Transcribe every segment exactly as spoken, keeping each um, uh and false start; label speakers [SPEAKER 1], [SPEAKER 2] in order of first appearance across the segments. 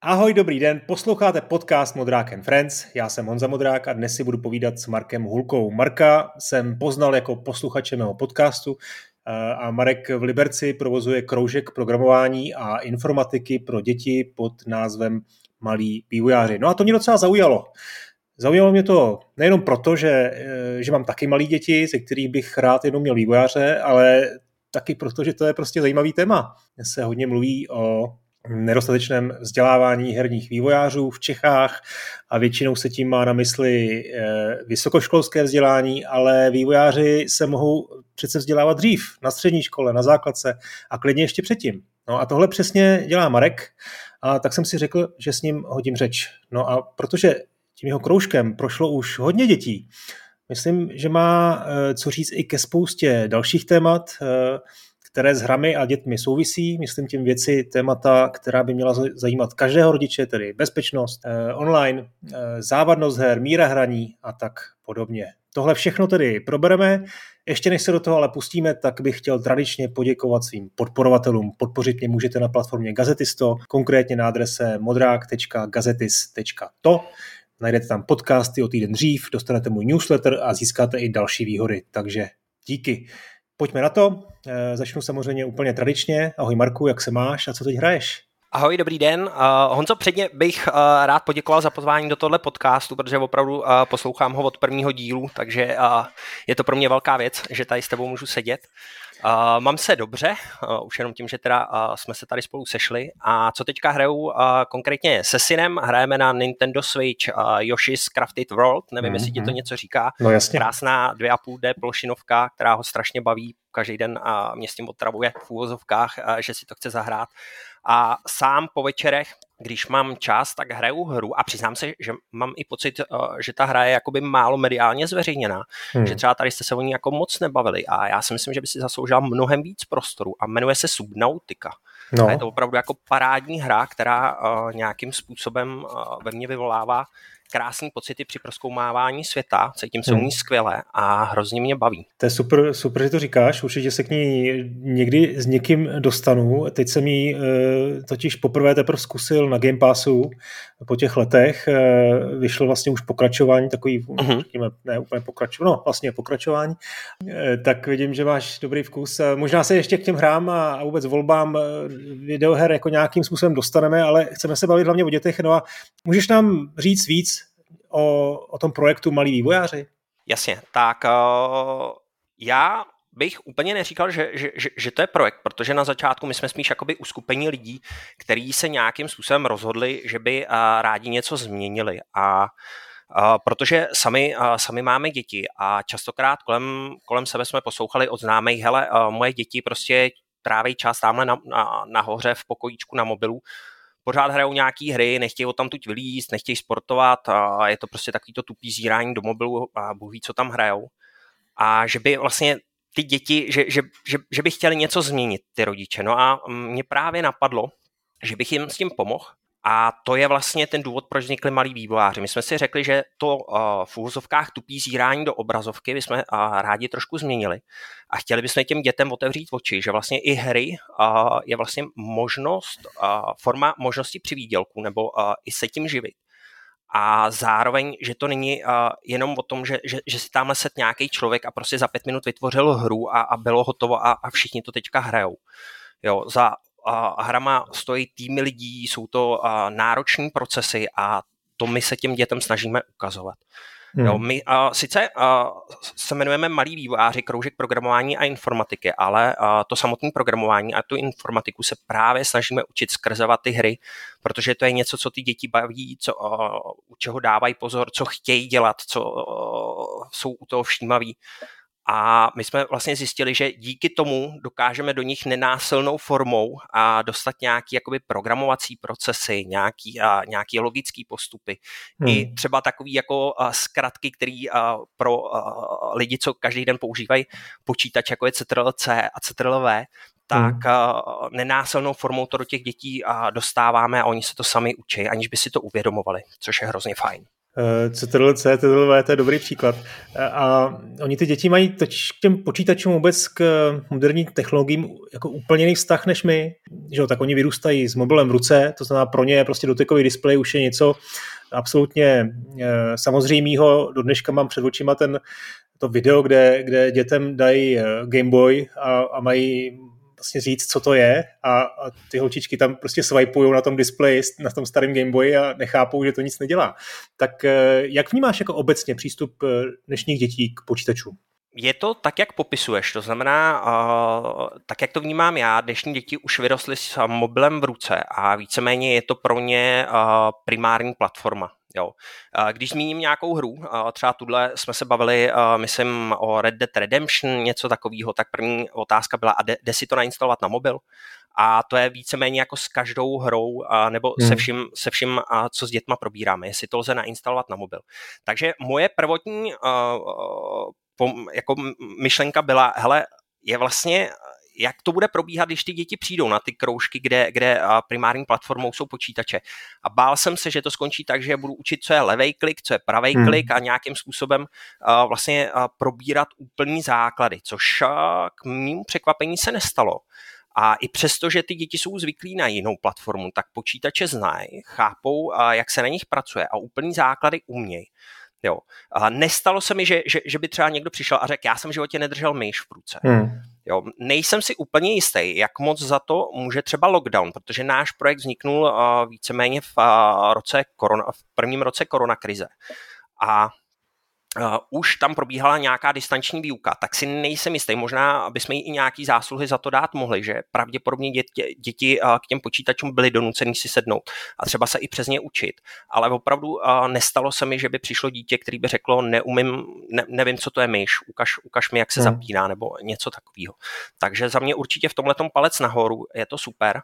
[SPEAKER 1] Ahoj, dobrý den, posloucháte podcast Modrák and Friends, já jsem Honza Modrák a dnes si budu povídat s Markem Hulkou. Marka jsem poznal jako posluchače mého podcastu a Marek v Liberci provozuje kroužek programování a informatiky pro děti pod názvem Malí vývojáři. No a to mě docela zaujalo. Zaujalo mě to nejenom proto, že, že mám taky malí děti, ze kterých bych rád jenom měl vývojáře, ale taky proto, že to je prostě zajímavý téma. Dnes se hodně mluví o nedostatečném vzdělávání herních vývojářů v Čechách a většinou se tím má na mysli vysokoškolské vzdělání, ale vývojáři se mohou přece vzdělávat dřív, na střední škole, na základce a klidně ještě předtím. No a tohle přesně dělá Marek a tak jsem si řekl, že s ním hodím řeč. No a protože tím jeho kroužkem prošlo už hodně dětí, myslím, že má co říct i ke spoustě dalších témat, které s hrami a dětmi souvisí. Myslím tím věci, témata, která by měla zajímat každého rodiče, tedy bezpečnost, eh, online, eh, závadnost her, míra hraní a tak podobně. Tohle všechno tedy probereme. Ještě než se do toho ale pustíme, tak bych chtěl tradičně poděkovat svým podporovatelům. Podpořit mě můžete na platformě Gazetisto, konkrétně na adrese modrák tečka gazetis tečka to. Najdete tam podcasty o týden dřív, dostanete můj newsletter a získáte i další výhody. Takže díky. Pojďme na to. Začnu samozřejmě úplně tradičně. Ahoj Marku, jak se máš a co teď hraješ?
[SPEAKER 2] Ahoj, dobrý den. Uh, Honzo, předně bych uh, rád poděkoval za pozvání do tohle podcastu, protože opravdu uh, poslouchám ho od prvního dílu, takže uh, je to pro mě velká věc, že tady s tebou můžu sedět. Uh, mám se dobře, uh, už jenom tím, že teda uh, jsme se tady spolu sešli. A co teďka hraju uh, konkrétně se synem, hrajeme na Nintendo Switch uh, Yoshi's Crafted World, nevím, mm-hmm. jestli ti to něco říká.
[SPEAKER 1] No jasně.
[SPEAKER 2] Krásná dvě a půl dé plošinovka, která ho strašně baví, každý den uh, mě s tím otravuje v úvozovkách, uh, že si to chce zahrát. A sám po večerech, když mám čas, tak hraju hru a přiznám se, že mám i pocit, že ta hra je jakoby málo mediálně zveřejněná, hmm. že třeba tady jste se o ní jako moc nebavili a já si myslím, že by si zasloužila mnohem víc prostoru a jmenuje se Subnautica. No. A je to opravdu jako parádní hra, která uh, nějakým způsobem uh, ve mně vyvolává krásný pocity při prozkoumávání světa, cítím se u ní skvěle a hrozně mě baví.
[SPEAKER 1] To je super, super, že to říkáš, určitě se k ní někdy s někým dostanu. Teď jsem ji totiž poprvé teprve zkusil na Game Passu po těch letech. Vyšlo vlastně už pokračování, takový, uh-huh. řekněme, ne úplně pokračování, no vlastně pokračování. Tak vidím, že máš dobrý vkus. Možná se ještě k těm hrám a vůbec volbám videoher jako nějakým způsobem dostaneme, ale chceme se bavit hlavně o dětech. No a můžeš nám říct víc O, o tom projektu Malí vývojáři?
[SPEAKER 2] Jasně, tak uh, já bych úplně neříkal, že, že, že, že to je projekt, protože na začátku my jsme spíš jakoby uskupení lidí, kteří se nějakým způsobem rozhodli, že by uh, rádi něco změnili a Uh, protože sami, uh, sami máme děti a častokrát kolem, kolem sebe jsme poslouchali od známých, hele, uh, moje děti prostě tráví čas tamhle na, na, nahoře v pokojíčku na mobilu, pořád hrajou nějaký hry, nechtějí odtamtud vylízt, nechtějí sportovat a je to prostě takový to tupý zírání do mobilu a Bůh ví, co tam hrajou. A že by vlastně ty děti, že, že, že, že by chtěli něco změnit, ty rodiče. No a mě právě napadlo, že bych jim s tím pomohl. A to je vlastně ten důvod, proč vznikli malí vývojáři. My jsme si řekli, že to uh, v úvozovkách tupý zírání do obrazovky bychom uh, rádi trošku změnili. A chtěli bychom těm dětem otevřít oči, že vlastně i hry uh, je vlastně možnost, uh, forma možnosti při výdělku nebo uh, i se tím živit. A zároveň, že to není uh, jenom o tom, že, že, že si tamhle set nějaký člověk a prostě za pět minut vytvořil hru a, a bylo hotovo a, a všichni to teďka hrajou. Jo, za Uh, hrama stojí týmy lidí, jsou to uh, náročné procesy a to my se těm dětem snažíme ukazovat. Hmm. Jo, my uh, sice uh, se jmenujeme Malí vývojáři, kroužek programování a informatiky, ale uh, to samotné programování a tu informatiku se právě snažíme učit skrze ty hry, protože to je něco, co ty děti baví, co, uh, u čeho dávají pozor, co chtějí dělat, co uh, jsou u toho všímaví. A my jsme vlastně zjistili, že díky tomu dokážeme do nich nenásilnou formou a dostat nějaký jakoby programovací procesy, nějaký, a, nějaký logický postupy. Hmm. I třeba takový jako a, zkratky, který a, pro a, lidi, co každý den používají počítač, jako je C T R L C a C T R L V, tak hmm. a, nenásilnou formou to do těch dětí a, dostáváme a oni se to sami učí, aniž by si to uvědomovali, což je hrozně fajn.
[SPEAKER 1] C T R L C, T T L V, to je dobrý příklad. A oni ty děti mají totiž k těm počítačům vůbec k moderním technologiím jako úplně jiný vztah než my. Že jo, tak oni vyrůstají s mobilem v ruce, to znamená pro ně prostě dotykový displej už je něco absolutně samozřejmého. Do dneška mám před očima ten, to video, kde, kde dětem dají Game Boy a, a mají vlastně říct, co to je a, a ty holčičky tam prostě swipujou na tom displeji, na tom starém Game Boyi a nechápou, že to nic nedělá. Tak jak vnímáš jako obecně přístup dnešních dětí k počítačům?
[SPEAKER 2] Je to tak, jak popisuješ, to znamená, uh, tak, jak to vnímám já, dnešní děti už vyrostly s mobilem v ruce a víceméně je to pro ně uh, primární platforma. Jo. Když zmíním nějakou hru, třeba tuhle jsme se bavili, myslím, o Red Dead Redemption, něco takového, tak první otázka byla, a jde, jde si to nainstalovat na mobil? A to je víceméně jako s každou hrou, nebo hmm. se vším, se vším, co s dětma probíráme, jestli to lze nainstalovat na mobil. Takže moje prvotní jako myšlenka byla, hele, je vlastně, jak to bude probíhat, když ty děti přijdou na ty kroužky, kde, kde primární platformou jsou počítače. A bál jsem se, že to skončí tak, že budu učit, co je levej klik, co je pravej hmm. klik a nějakým způsobem uh, vlastně uh, probírat úplný základy, což uh, k mému překvapení se nestalo. A i přesto, že ty děti jsou zvyklí na jinou platformu, tak počítače znají, chápou, uh, jak se na nich pracuje a úplný základy umějí. Jo. A nestalo se mi, že, že, že by třeba někdo přišel a řekl, já jsem v životě nedržel myš v ruce. Hmm. Jo. Nejsem si úplně jistý, jak moc za to může třeba lockdown, protože náš projekt vzniknul uh, víceméně v, uh, roce korona, v prvním roce koronakrize. A Uh, už tam probíhala nějaká distanční výuka, tak si nejsem jistý, možná bychom jí i nějaký zásluhy za to dát mohli, že pravděpodobně děti, děti uh, k těm počítačům byly donuceni si sednout a třeba se i přes ně učit, ale opravdu uh, nestalo se mi, že by přišlo dítě, který by řeklo, neumím, ne, nevím, co to je myš, ukaž, ukaž mi, jak se hmm. zapíná, nebo něco takového. Takže za mě určitě v tomhletom palec nahoru, je to super.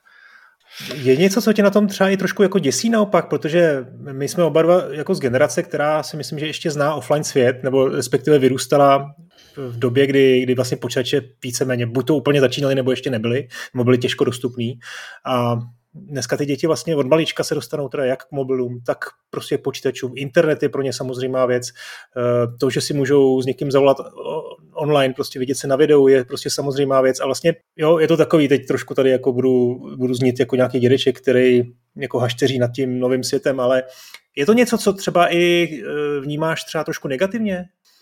[SPEAKER 1] Je něco, co tě na tom třeba i trošku jako děsí naopak, protože my jsme oba dva jako z generace, která si myslím, že ještě zná offline svět, nebo respektive vyrůstala v době, kdy, kdy vlastně počítače víceméně buď to úplně začínaly, nebo ještě nebyly, nebo byly těžko dostupný. A dneska ty děti vlastně od malička se dostanou teda jak k mobilům, tak prostě počítačům. Internet je pro ně samozřejmá věc. To, že si můžou s někým zavolat online, prostě vidět se na videu, je prostě samozřejmá věc. A vlastně, jo, je to takový, teď trošku tady jako budu, budu znít jako nějaký dědeček, který jako hašteří nad tím novým světem, ale je to něco, co třeba i vnímáš třeba trošku negativně?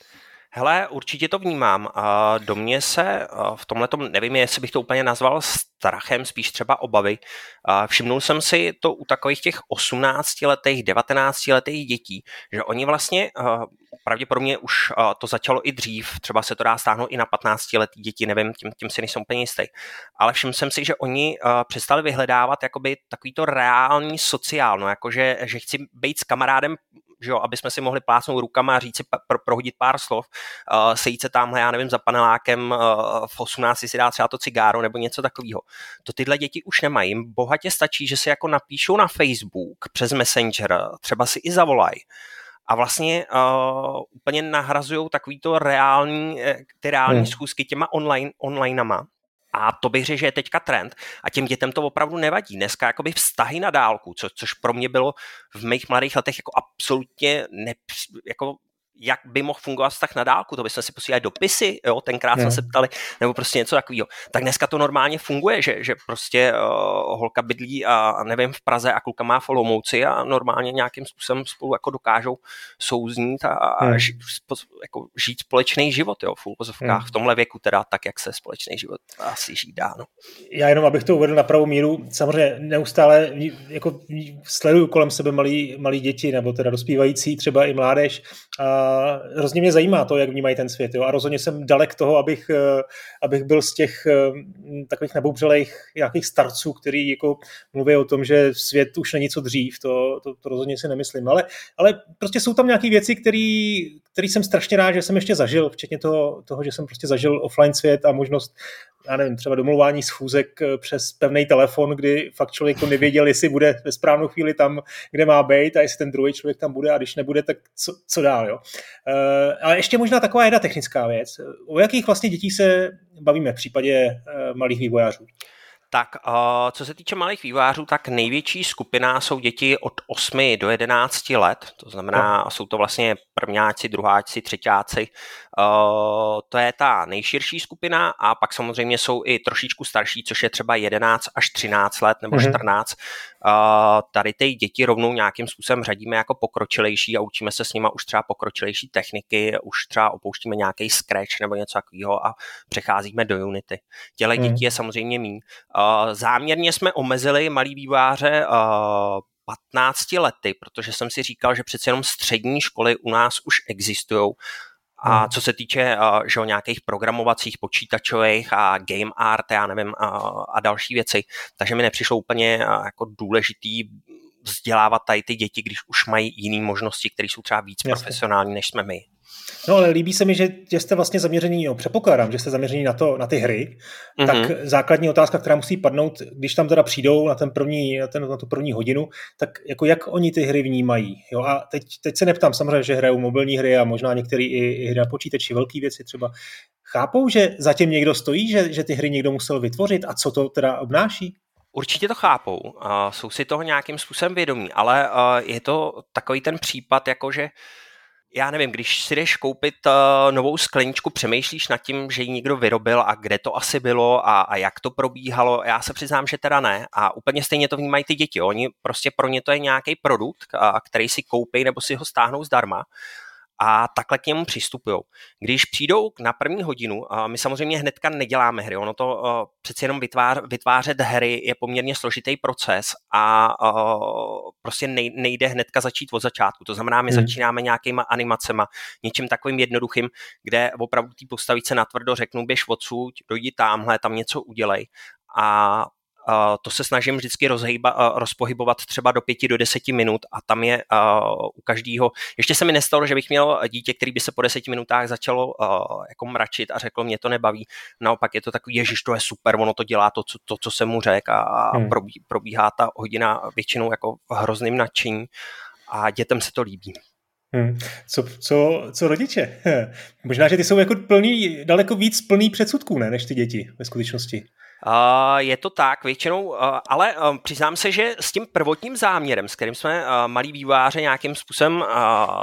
[SPEAKER 2] Hele, určitě to vnímám. Do mě se v tomhletom, nevím, jestli bych to úplně nazval strachem, spíš třeba obavy. Všimnul jsem si to u takových těch osmnáctiletých, devatenáctiletých dětí, že oni vlastně, pravděpodobně už to začalo i dřív, třeba se to dá stáhnout i na patnáctiletý děti, nevím, tím, tím si nejsem úplně jistý. Ale všiml jsem si, že oni přestali vyhledávat jakoby takový to reální sociálno, jakože že chci být s kamarádem, že jo, aby jsme si mohli plácnout rukama a říct si pro, prohodit pár slov, uh, sejít se tamhle, já nevím, za panelákem uh, v osmnácti si dát třeba to cigáro nebo něco takového. To tyhle děti už nemají. Jim bohatě stačí, že si jako napíšou na Facebook přes Messenger, třeba si i zavolají. A vlastně uh, úplně nahrazují takovýto reální, ty reální hmm. schůzky těma online, onlinama. A to bych řekl, že je teďka trend a těm dětem to opravdu nevadí. Dneska jakoby vztahy na dálku, co, což pro mě bylo v mých mladých letech jako absolutně nepři, jako jak by mohl fungovat vztah na dálku, to bychom si posílali dopisy, jo, tenkrát jsme se ptali, nebo prostě něco takového. Tak dneska to normálně funguje, že, že prostě uh, holka bydlí a nevím v Praze a kluka má v Olomouci a normálně nějakým způsobem spolu jako dokážou souznít a, a ži, jako žít společný život, jo, v úvozovkách, hmm. v tomhle věku teda tak, jak se společný život asi žít dá, no.
[SPEAKER 1] Já jenom, abych to uvedl na pravou míru, samozřejmě neustále jako sleduju kolem sebe malí, malí děti, nebo teda dospívající, třeba i mládež. A hrozně mě zajímá to, jak vnímají ten svět. Jo? A rozhodně jsem dalek toho, abych, abych byl z těch takových neboubřelejch nějakých starců, který jako mluví o tom, že svět už není co dřív. To, to, to rozhodně si nemyslím. Ale, ale prostě jsou tam nějaké věci, který, který jsem strašně rád, že jsem ještě zažil, včetně toho, toho, že jsem prostě zažil offline svět a možnost, já nevím, třeba domluvání schůzek přes pevný telefon, kdy fakt člověk to nevěděl, jestli bude ve správnou chvíli tam, kde má být a jestli ten druhý člověk tam bude a když nebude, tak co, co dál, jo. Uh, ale ještě možná taková jedna technická věc. O jakých vlastně dětí se bavíme v případě uh, malých vývojářů?
[SPEAKER 2] Tak uh, co se týče malých vývojářů, tak největší skupina jsou děti od osmi do jedenácti let, to znamená, no. jsou to vlastně prvňáci, druháci, třeťáci, uh, to je ta nejširší skupina a pak samozřejmě jsou i trošičku starší, což je třeba jedenáct až třináct let nebo mm-hmm. čtrnáct. Uh, tady ty děti rovnou nějakým způsobem řadíme jako pokročilejší a učíme se s nima už třeba pokročilejší techniky, už třeba opouštíme nějaký Scratch nebo něco takového a přecházíme do Unity. Těle mm. dětí je samozřejmě míň. Uh, záměrně jsme omezili malý vývojáře uh, patnácti lety, protože jsem si říkal, že přece jenom střední školy u nás už existují. A co se týče uh, že o nějakých programovacích, počítačových a game art, já nevím, uh, a další věci. Takže mi nepřišlo úplně uh, jako důležitý vzdělávat tady ty děti, když už mají jiné možnosti, které jsou třeba víc Jasně. profesionální, než jsme my.
[SPEAKER 1] No ale líbí se mi, že, že jste vlastně zaměření, no, předpokládám, že jste zaměření na, to, na ty hry, mm-hmm. tak základní otázka, která musí padnout, když tam teda přijdou na, ten první, na, ten, na tu první hodinu, tak jako jak oni ty hry vnímají. Jo? A teď, teď se neptám samozřejmě, že hrajou mobilní hry a možná některé i, i hry na počítači, velké věci třeba. Chápou, že zatím někdo stojí, že, že ty hry někdo musel vytvořit a co to teda obnáší?
[SPEAKER 2] Určitě to chápou, uh, jsou si toho nějakým způsobem vědomí, ale uh, je to takový ten případ, jakože já nevím, když si jdeš koupit uh, novou skleničku, přemýšlíš nad tím, že ji někdo vyrobil a kde to asi bylo a, a jak to probíhalo. Já se přiznám, že teda ne. A úplně stejně to vnímají ty děti. Oni prostě pro ně to je nějaký produkt, a, který si koupí nebo si ho stáhnou zdarma. A takhle k němu přistupují. Když přijdou na první hodinu, my samozřejmě hnedka neděláme hry, ono to přeci jenom vytvář, vytvářet hry je poměrně složitý proces a prostě nejde hnedka začít od začátku. To znamená, my hmm. začínáme nějakýma animacema, něčím takovým jednoduchým, kde opravdu ty postavice natvrdo řeknou, běž odsud, dojdi támhle, tam něco udělej. A Uh, to se snažím vždycky rozhýba, uh, rozpohybovat třeba do pěti do deseti minut a tam je uh, u každého. Ještě se mi nestalo, že bych měl dítě, který by se po deseti minutách začalo uh, jako mračit a řekl, mě to nebaví. Naopak je to takový, ježiš, to je super, ono to dělá to, co, to, co jsem mu řekl a hmm. probí, probíhá ta hodina většinou jako hrozným nadšení a dětem se to líbí.
[SPEAKER 1] Hmm. Co, co, co rodiče? Možná, že ty jsou jako plný, daleko víc plný předsudků, ne, než ty děti ve skutečnosti.
[SPEAKER 2] Uh, je to tak většinou, uh, ale uh, přiznám se, že s tím prvotním záměrem, s kterým jsme uh, malí vývojáře nějakým způsobem uh,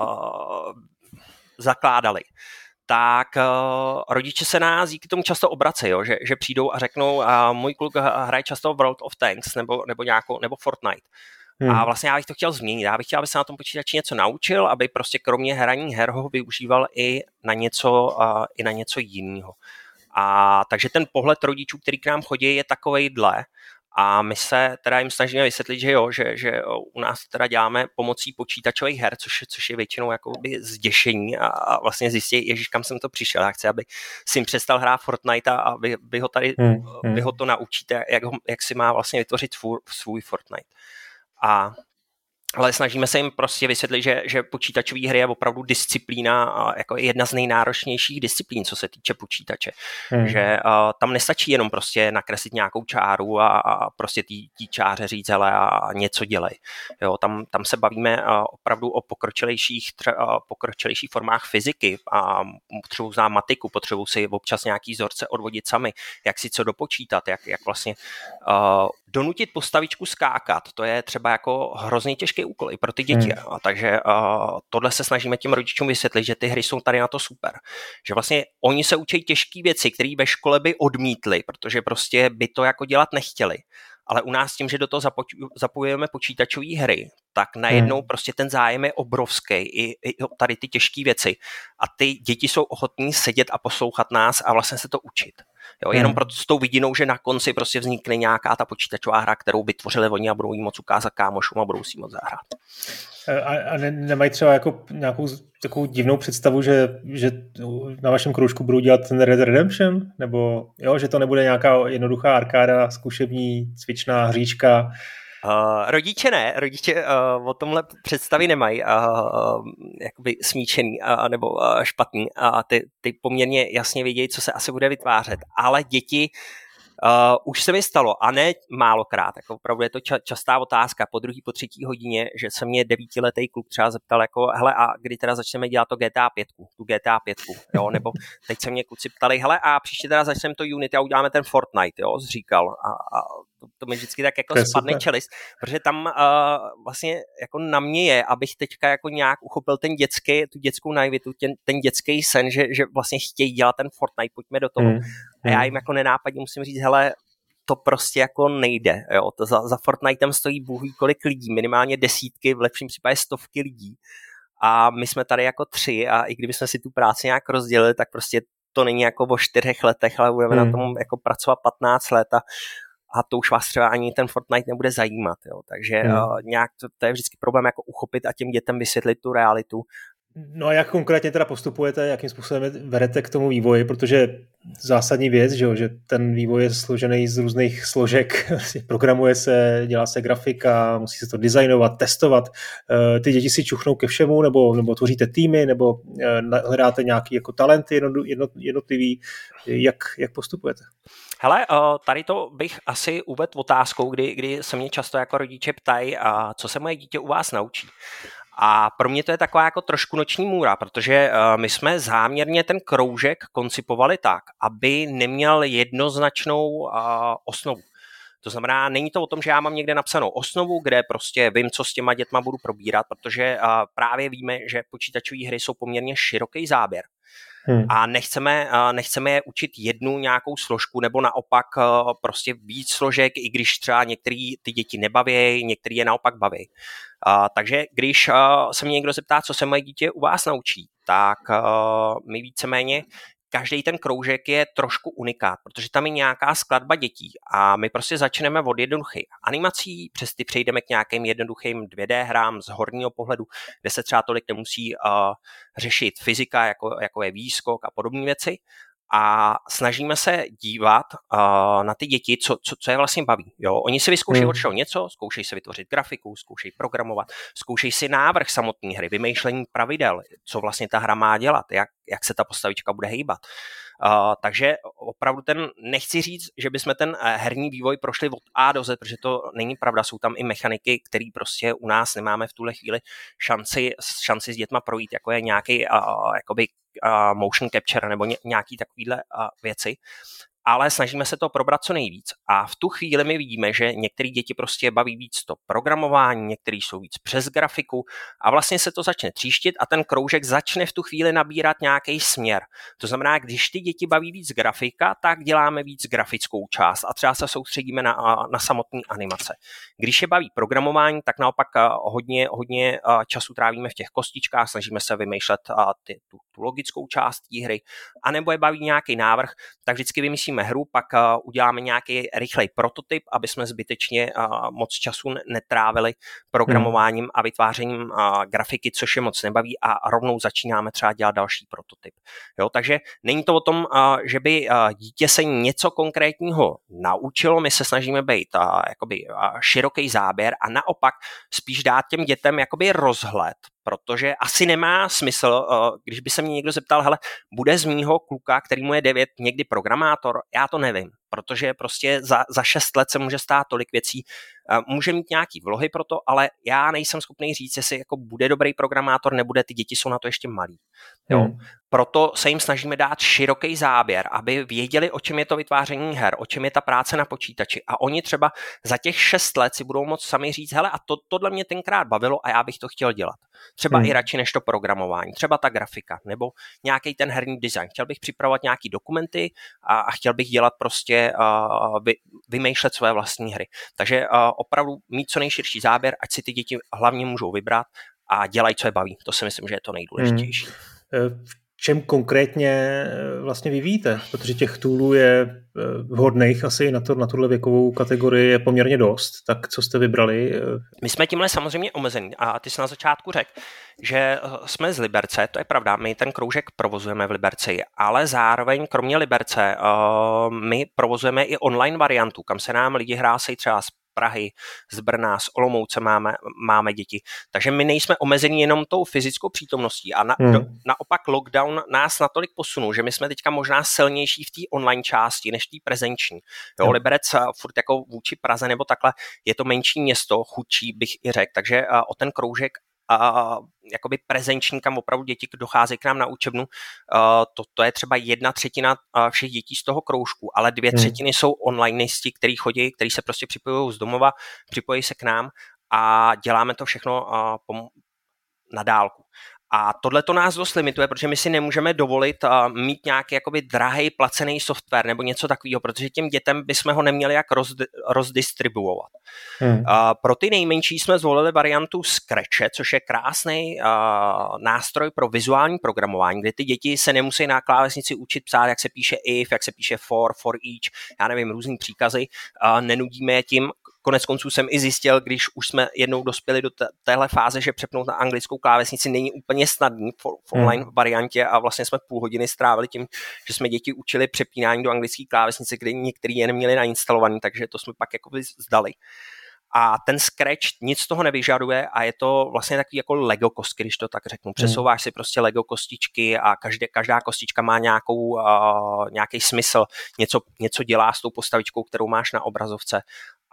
[SPEAKER 2] zakládali, tak uh, rodiče se nás díky tomu často obracejí, že, že přijdou a řeknou, uh, můj kluk hraje často World of Tanks nebo, nebo, nějakou, nebo Fortnite. Hmm. A vlastně já bych to chtěl změnit. Já bych chtěl, aby se na tom počítači něco naučil, aby prostě kromě hraní her ho využíval i na něco, uh, i na něco jiného. A takže ten pohled rodičů, který k nám chodí, je takovejhle. A my se teda jim snažíme vysvětlit, že jo, že, že u nás teda děláme pomocí počítačových her, což, což je většinou jakoby zděšení a, a vlastně zjistí, ježiš, kam jsem to přišel. Já chci, aby si jim přestal hrát Fortnite a vy, vy ho tady, hmm, hmm. vy ho to naučíte, jak, ho, jak si má vlastně vytvořit svůj, svůj Fortnite. A ale snažíme se jim prostě vysvětlit, že, že počítačové hry je opravdu disciplína, a jako jedna z nejnáročnějších disciplín, co se týče počítače. Hmm. Že a, tam nestačí jenom prostě nakreslit nějakou čáru a, a prostě té čáře říct, hele, a něco dělej. Jo, tam, tam se bavíme a, opravdu o pokročilejších, tře, a, pokročilejších formách fyziky a potřebuji znát matiku, potřebuji si občas nějaký vzorce odvodit sami, jak si co dopočítat, jak, jak vlastně a, donutit postavičku skákat. To je třeba jako hrozně těžký úkol i pro ty děti. Hmm. A takže uh, tohle se snažíme těm rodičům vysvětlit, že ty hry jsou tady na to super. Že vlastně oni se učí těžké věci, které ve škole by odmítli, protože prostě by to jako dělat nechtěli. Ale u nás tím, že do toho zapo- zapojujeme počítačové hry, tak najednou hmm. prostě ten zájem je obrovský i, i tady ty těžké věci. A ty děti jsou ochotní sedět a poslouchat nás a vlastně se to učit. Jo, jenom hmm. proto s tou vidinou, že na konci prostě vznikne nějaká ta počítačová hra, kterou vytvořili oni a budou jí moc ukázat kámošům a budou si moc zahrát.
[SPEAKER 1] A, a ne, nemají třeba jako nějakou takovou divnou představu, že, že na vašem kroužku budou dělat ten Red Redemption? Nebo jo, že to nebude nějaká jednoduchá arkáda, zkušební, cvičná hříčka?
[SPEAKER 2] Uh, rodiče ne, rodiče uh, o tomhle představy nemají, uh, uh, jakoby smíčený uh, nebo uh, špatný a uh, ty, ty poměrně jasně vědějí, co se asi bude vytvářet, ale děti Uh, už se mi stalo, a ne málokrát, jako opravdu je to ča- častá otázka, po druhý, po třetí hodině, že se mě devítiletý kluk třeba zeptal, jako, hele, a kdy teda začneme dělat to G T A pět, tu G T A pět, jo, nebo teď se mě kluci ptali, hele, a příště teda začneme to Unity a uděláme ten Fortnite, jo, zříkal. A, a to, to mi vždycky tak jako spadne čelist, protože tam uh, vlastně jako na mě je, abych teďka jako nějak uchopil ten dětský, tu dětskou naivitu, ten, ten dětský sen, že, že vlastně chtějí dělat ten Fortnite, pojďme do toho. Hmm. A já jim jako nenápadně musím říct, hele, to prostě jako nejde, jo, to za, za Fortnitem stojí bůh ví kolik lidí, minimálně desítky, v lepším případě stovky lidí a my jsme tady jako tři a i kdybychom si tu práci nějak rozdělili, tak prostě to není jako o čtyřech letech, ale budeme hmm. na tom jako pracovat patnáct let a, a to už vás třeba ani ten Fortnite nebude zajímat, jo, takže hmm. uh, nějak to, to je vždycky problém jako uchopit a těm dětem vysvětlit tu realitu.
[SPEAKER 1] No a jak konkrétně teda postupujete, jakým způsobem vedete k tomu vývoji, protože zásadní věc, že, jo, že ten vývoj je složený z různých složek, programuje se, dělá se grafika, musí se to designovat, testovat, ty děti si čuchnou ke všemu, nebo, nebo tvoříte týmy, nebo hledáte nějaký jako talenty jednotlivý, jak, jak postupujete?
[SPEAKER 2] Hele, tady to bych asi uvedl otázkou, kdy, kdy se mě často jako rodiče ptají, co se moje dítě u vás naučí. A pro mě to je taková jako trošku noční můra, protože uh, my jsme záměrně ten kroužek koncipovali tak, aby neměl jednoznačnou uh, osnovu. To znamená, není to o tom, že já mám někde napsanou osnovu, kde prostě vím, co s těma dětma budu probírat, protože uh, právě víme, že počítačové hry jsou poměrně široký záběr. Hmm. A nechceme, nechceme je učit jednu nějakou složku nebo naopak prostě víc složek, i když třeba některý ty děti nebaví, některý je naopak baví. Takže když se mě někdo zeptá, co se moje dítě u vás naučí, tak my víceméně každý ten kroužek je trošku unikát, protože tam je nějaká skladba dětí a my prostě začneme od jednoduchých animací, přes ty přejdeme k nějakým jednoduchým dvě dé hrám z horního pohledu, kde se třeba tolik nemusí uh, řešit fyzika, jako, jako je výskok a podobné věci. A snažíme se dívat uh, na ty děti, co, co, co je vlastně baví. Jo? Oni si vyzkoušejí hmm. od všeho něco, zkoušejí si vytvořit grafiku, zkoušejí programovat, zkoušejí si návrh samotné hry, vymýšlení pravidel, co vlastně ta hra má dělat, jak, jak se ta postavička bude hýbat. Uh, takže opravdu ten, nechci říct, že bychom ten herní vývoj prošli od A do Z, protože to není pravda, jsou tam i mechaniky, které prostě u nás nemáme v tuhle chvíli šanci, šanci s dětma projít, jako je nějaký uh, jakoby uh, motion capture nebo ně, nějaký takovýhle uh, věci. Ale snažíme se to probrat co nejvíc. A v tu chvíli my vidíme, že některé děti prostě baví víc to programování, některé jsou víc přes grafiku a vlastně se to začne tříštit a ten kroužek začne v tu chvíli nabírat nějaký směr. To znamená, když ty děti baví víc grafika, tak děláme víc grafickou část a třeba se soustředíme na, na samotné animace. Když je baví programování, tak naopak hodně, hodně času trávíme v těch kostičkách, snažíme se vymýšlet ty, tu, tu logickou část té hry, anebo je baví nějaký návrh, tak vždycky vymyslíme hru, pak uh, uděláme nějaký rychlej prototyp, aby jsme zbytečně uh, moc času netrávili programováním hmm. a vytvářením uh, grafiky, což je moc nebaví a rovnou začínáme třeba dělat další prototyp. Jo, takže není to o tom, uh, že by uh, dítě se něco konkrétního naučilo, my se snažíme být uh, jakoby uh, široký záběr a naopak spíš dát těm dětem jakoby rozhled, protože asi nemá smysl, když by se mě někdo zeptal, hele, bude z mýho kluka, který mu je devět, někdy programátor, já to nevím, protože prostě za, za šest let se může stát tolik věcí, může mít nějaký vlohy pro to, ale já nejsem schopný říct, jestli jako bude dobrý programátor, nebude, ty děti jsou na to ještě malí. Jo? Hmm. Proto se jim snažíme dát široký záběr, aby věděli, o čem je to vytváření her, o čem je ta práce na počítači a oni třeba za těch šest let si budou moct sami říct, hele, a to, tohle mě tenkrát bavilo a já bych to chtěl dělat. Třeba hmm. i radši než to programování, třeba ta grafika, nebo nějaký ten herní design. Chtěl bych připravovat nějaký dokumenty a, a chtěl bych dělat prostě, uh, vy, vymýšlet své vlastní hry. Takže uh, opravdu mít co nejširší záběr, ať si ty děti hlavně můžou vybrat a dělají, co je baví. To si myslím, že je to nejdůležitější.
[SPEAKER 1] Hmm. V čem konkrétně vlastně vyvíjíte? Protože těch toolů je vhodných asi na, to, na tuhle věkovou kategorii je poměrně dost. Tak co jste vybrali?
[SPEAKER 2] My jsme tímhle samozřejmě omezení. A ty jsi na začátku řekl, že jsme z Liberce, to je pravda, my ten kroužek provozujeme v Liberci, ale zároveň kromě Liberce my provozujeme i online variantu, kam se nám lidi hlásí třeba z Prahy, z Brna, z Olomouce máme, máme děti. Takže my nejsme omezení jenom tou fyzickou přítomností a na, hmm. do, naopak lockdown nás natolik posunul, že my jsme teďka možná silnější v té online části než v té prezenční. Jo, hmm. Liberec furt jako vůči Praze nebo takhle je to menší město, chudší bych i řekl, takže uh, o ten kroužek a uh, jakoby prezenční, kam opravdu děti docházejí k nám na učebnu, uh, to, to je třeba jedna třetina uh, všech dětí z toho kroužku, ale dvě hmm. třetiny jsou onlineisti, který chodí, který se prostě připojují z domova, připojí se k nám a děláme to všechno uh, pom- na dálku. A tohle to nás dost limituje, protože my si nemůžeme dovolit uh, mít nějaký jakoby drahý placený software nebo něco takového, protože těm dětem bychom ho neměli jak roz, rozdistribuovat. Hmm. Uh, pro ty nejmenší jsme zvolili variantu Scratche, což je krásný uh, nástroj pro vizuální programování, kde ty děti se nemusí na klávesnici učit psát, jak se píše if, jak se píše for, for each, já nevím, různý příkazy, uh, nenudíme je tím. Konec konců jsem i zjistil, když už jsme jednou dospěli do t- téhle fáze, že přepnout na anglickou klávesnici není úplně snadný v, v online hmm. variantě a vlastně jsme půl hodiny strávili tím, že jsme děti učili přepínání do anglické klávesnice, kde některý je neměli nainstalovaný, takže to jsme pak jakoby zdali. A ten Scratch nic z toho nevyžaduje a je to vlastně takový jako Lego kostky, když to tak řeknu. Přesouváš si prostě Lego kostičky a každé, každá kostička má nějakou, uh, nějaký smysl, něco, něco dělá s tou postavičkou, kterou máš na obrazovce.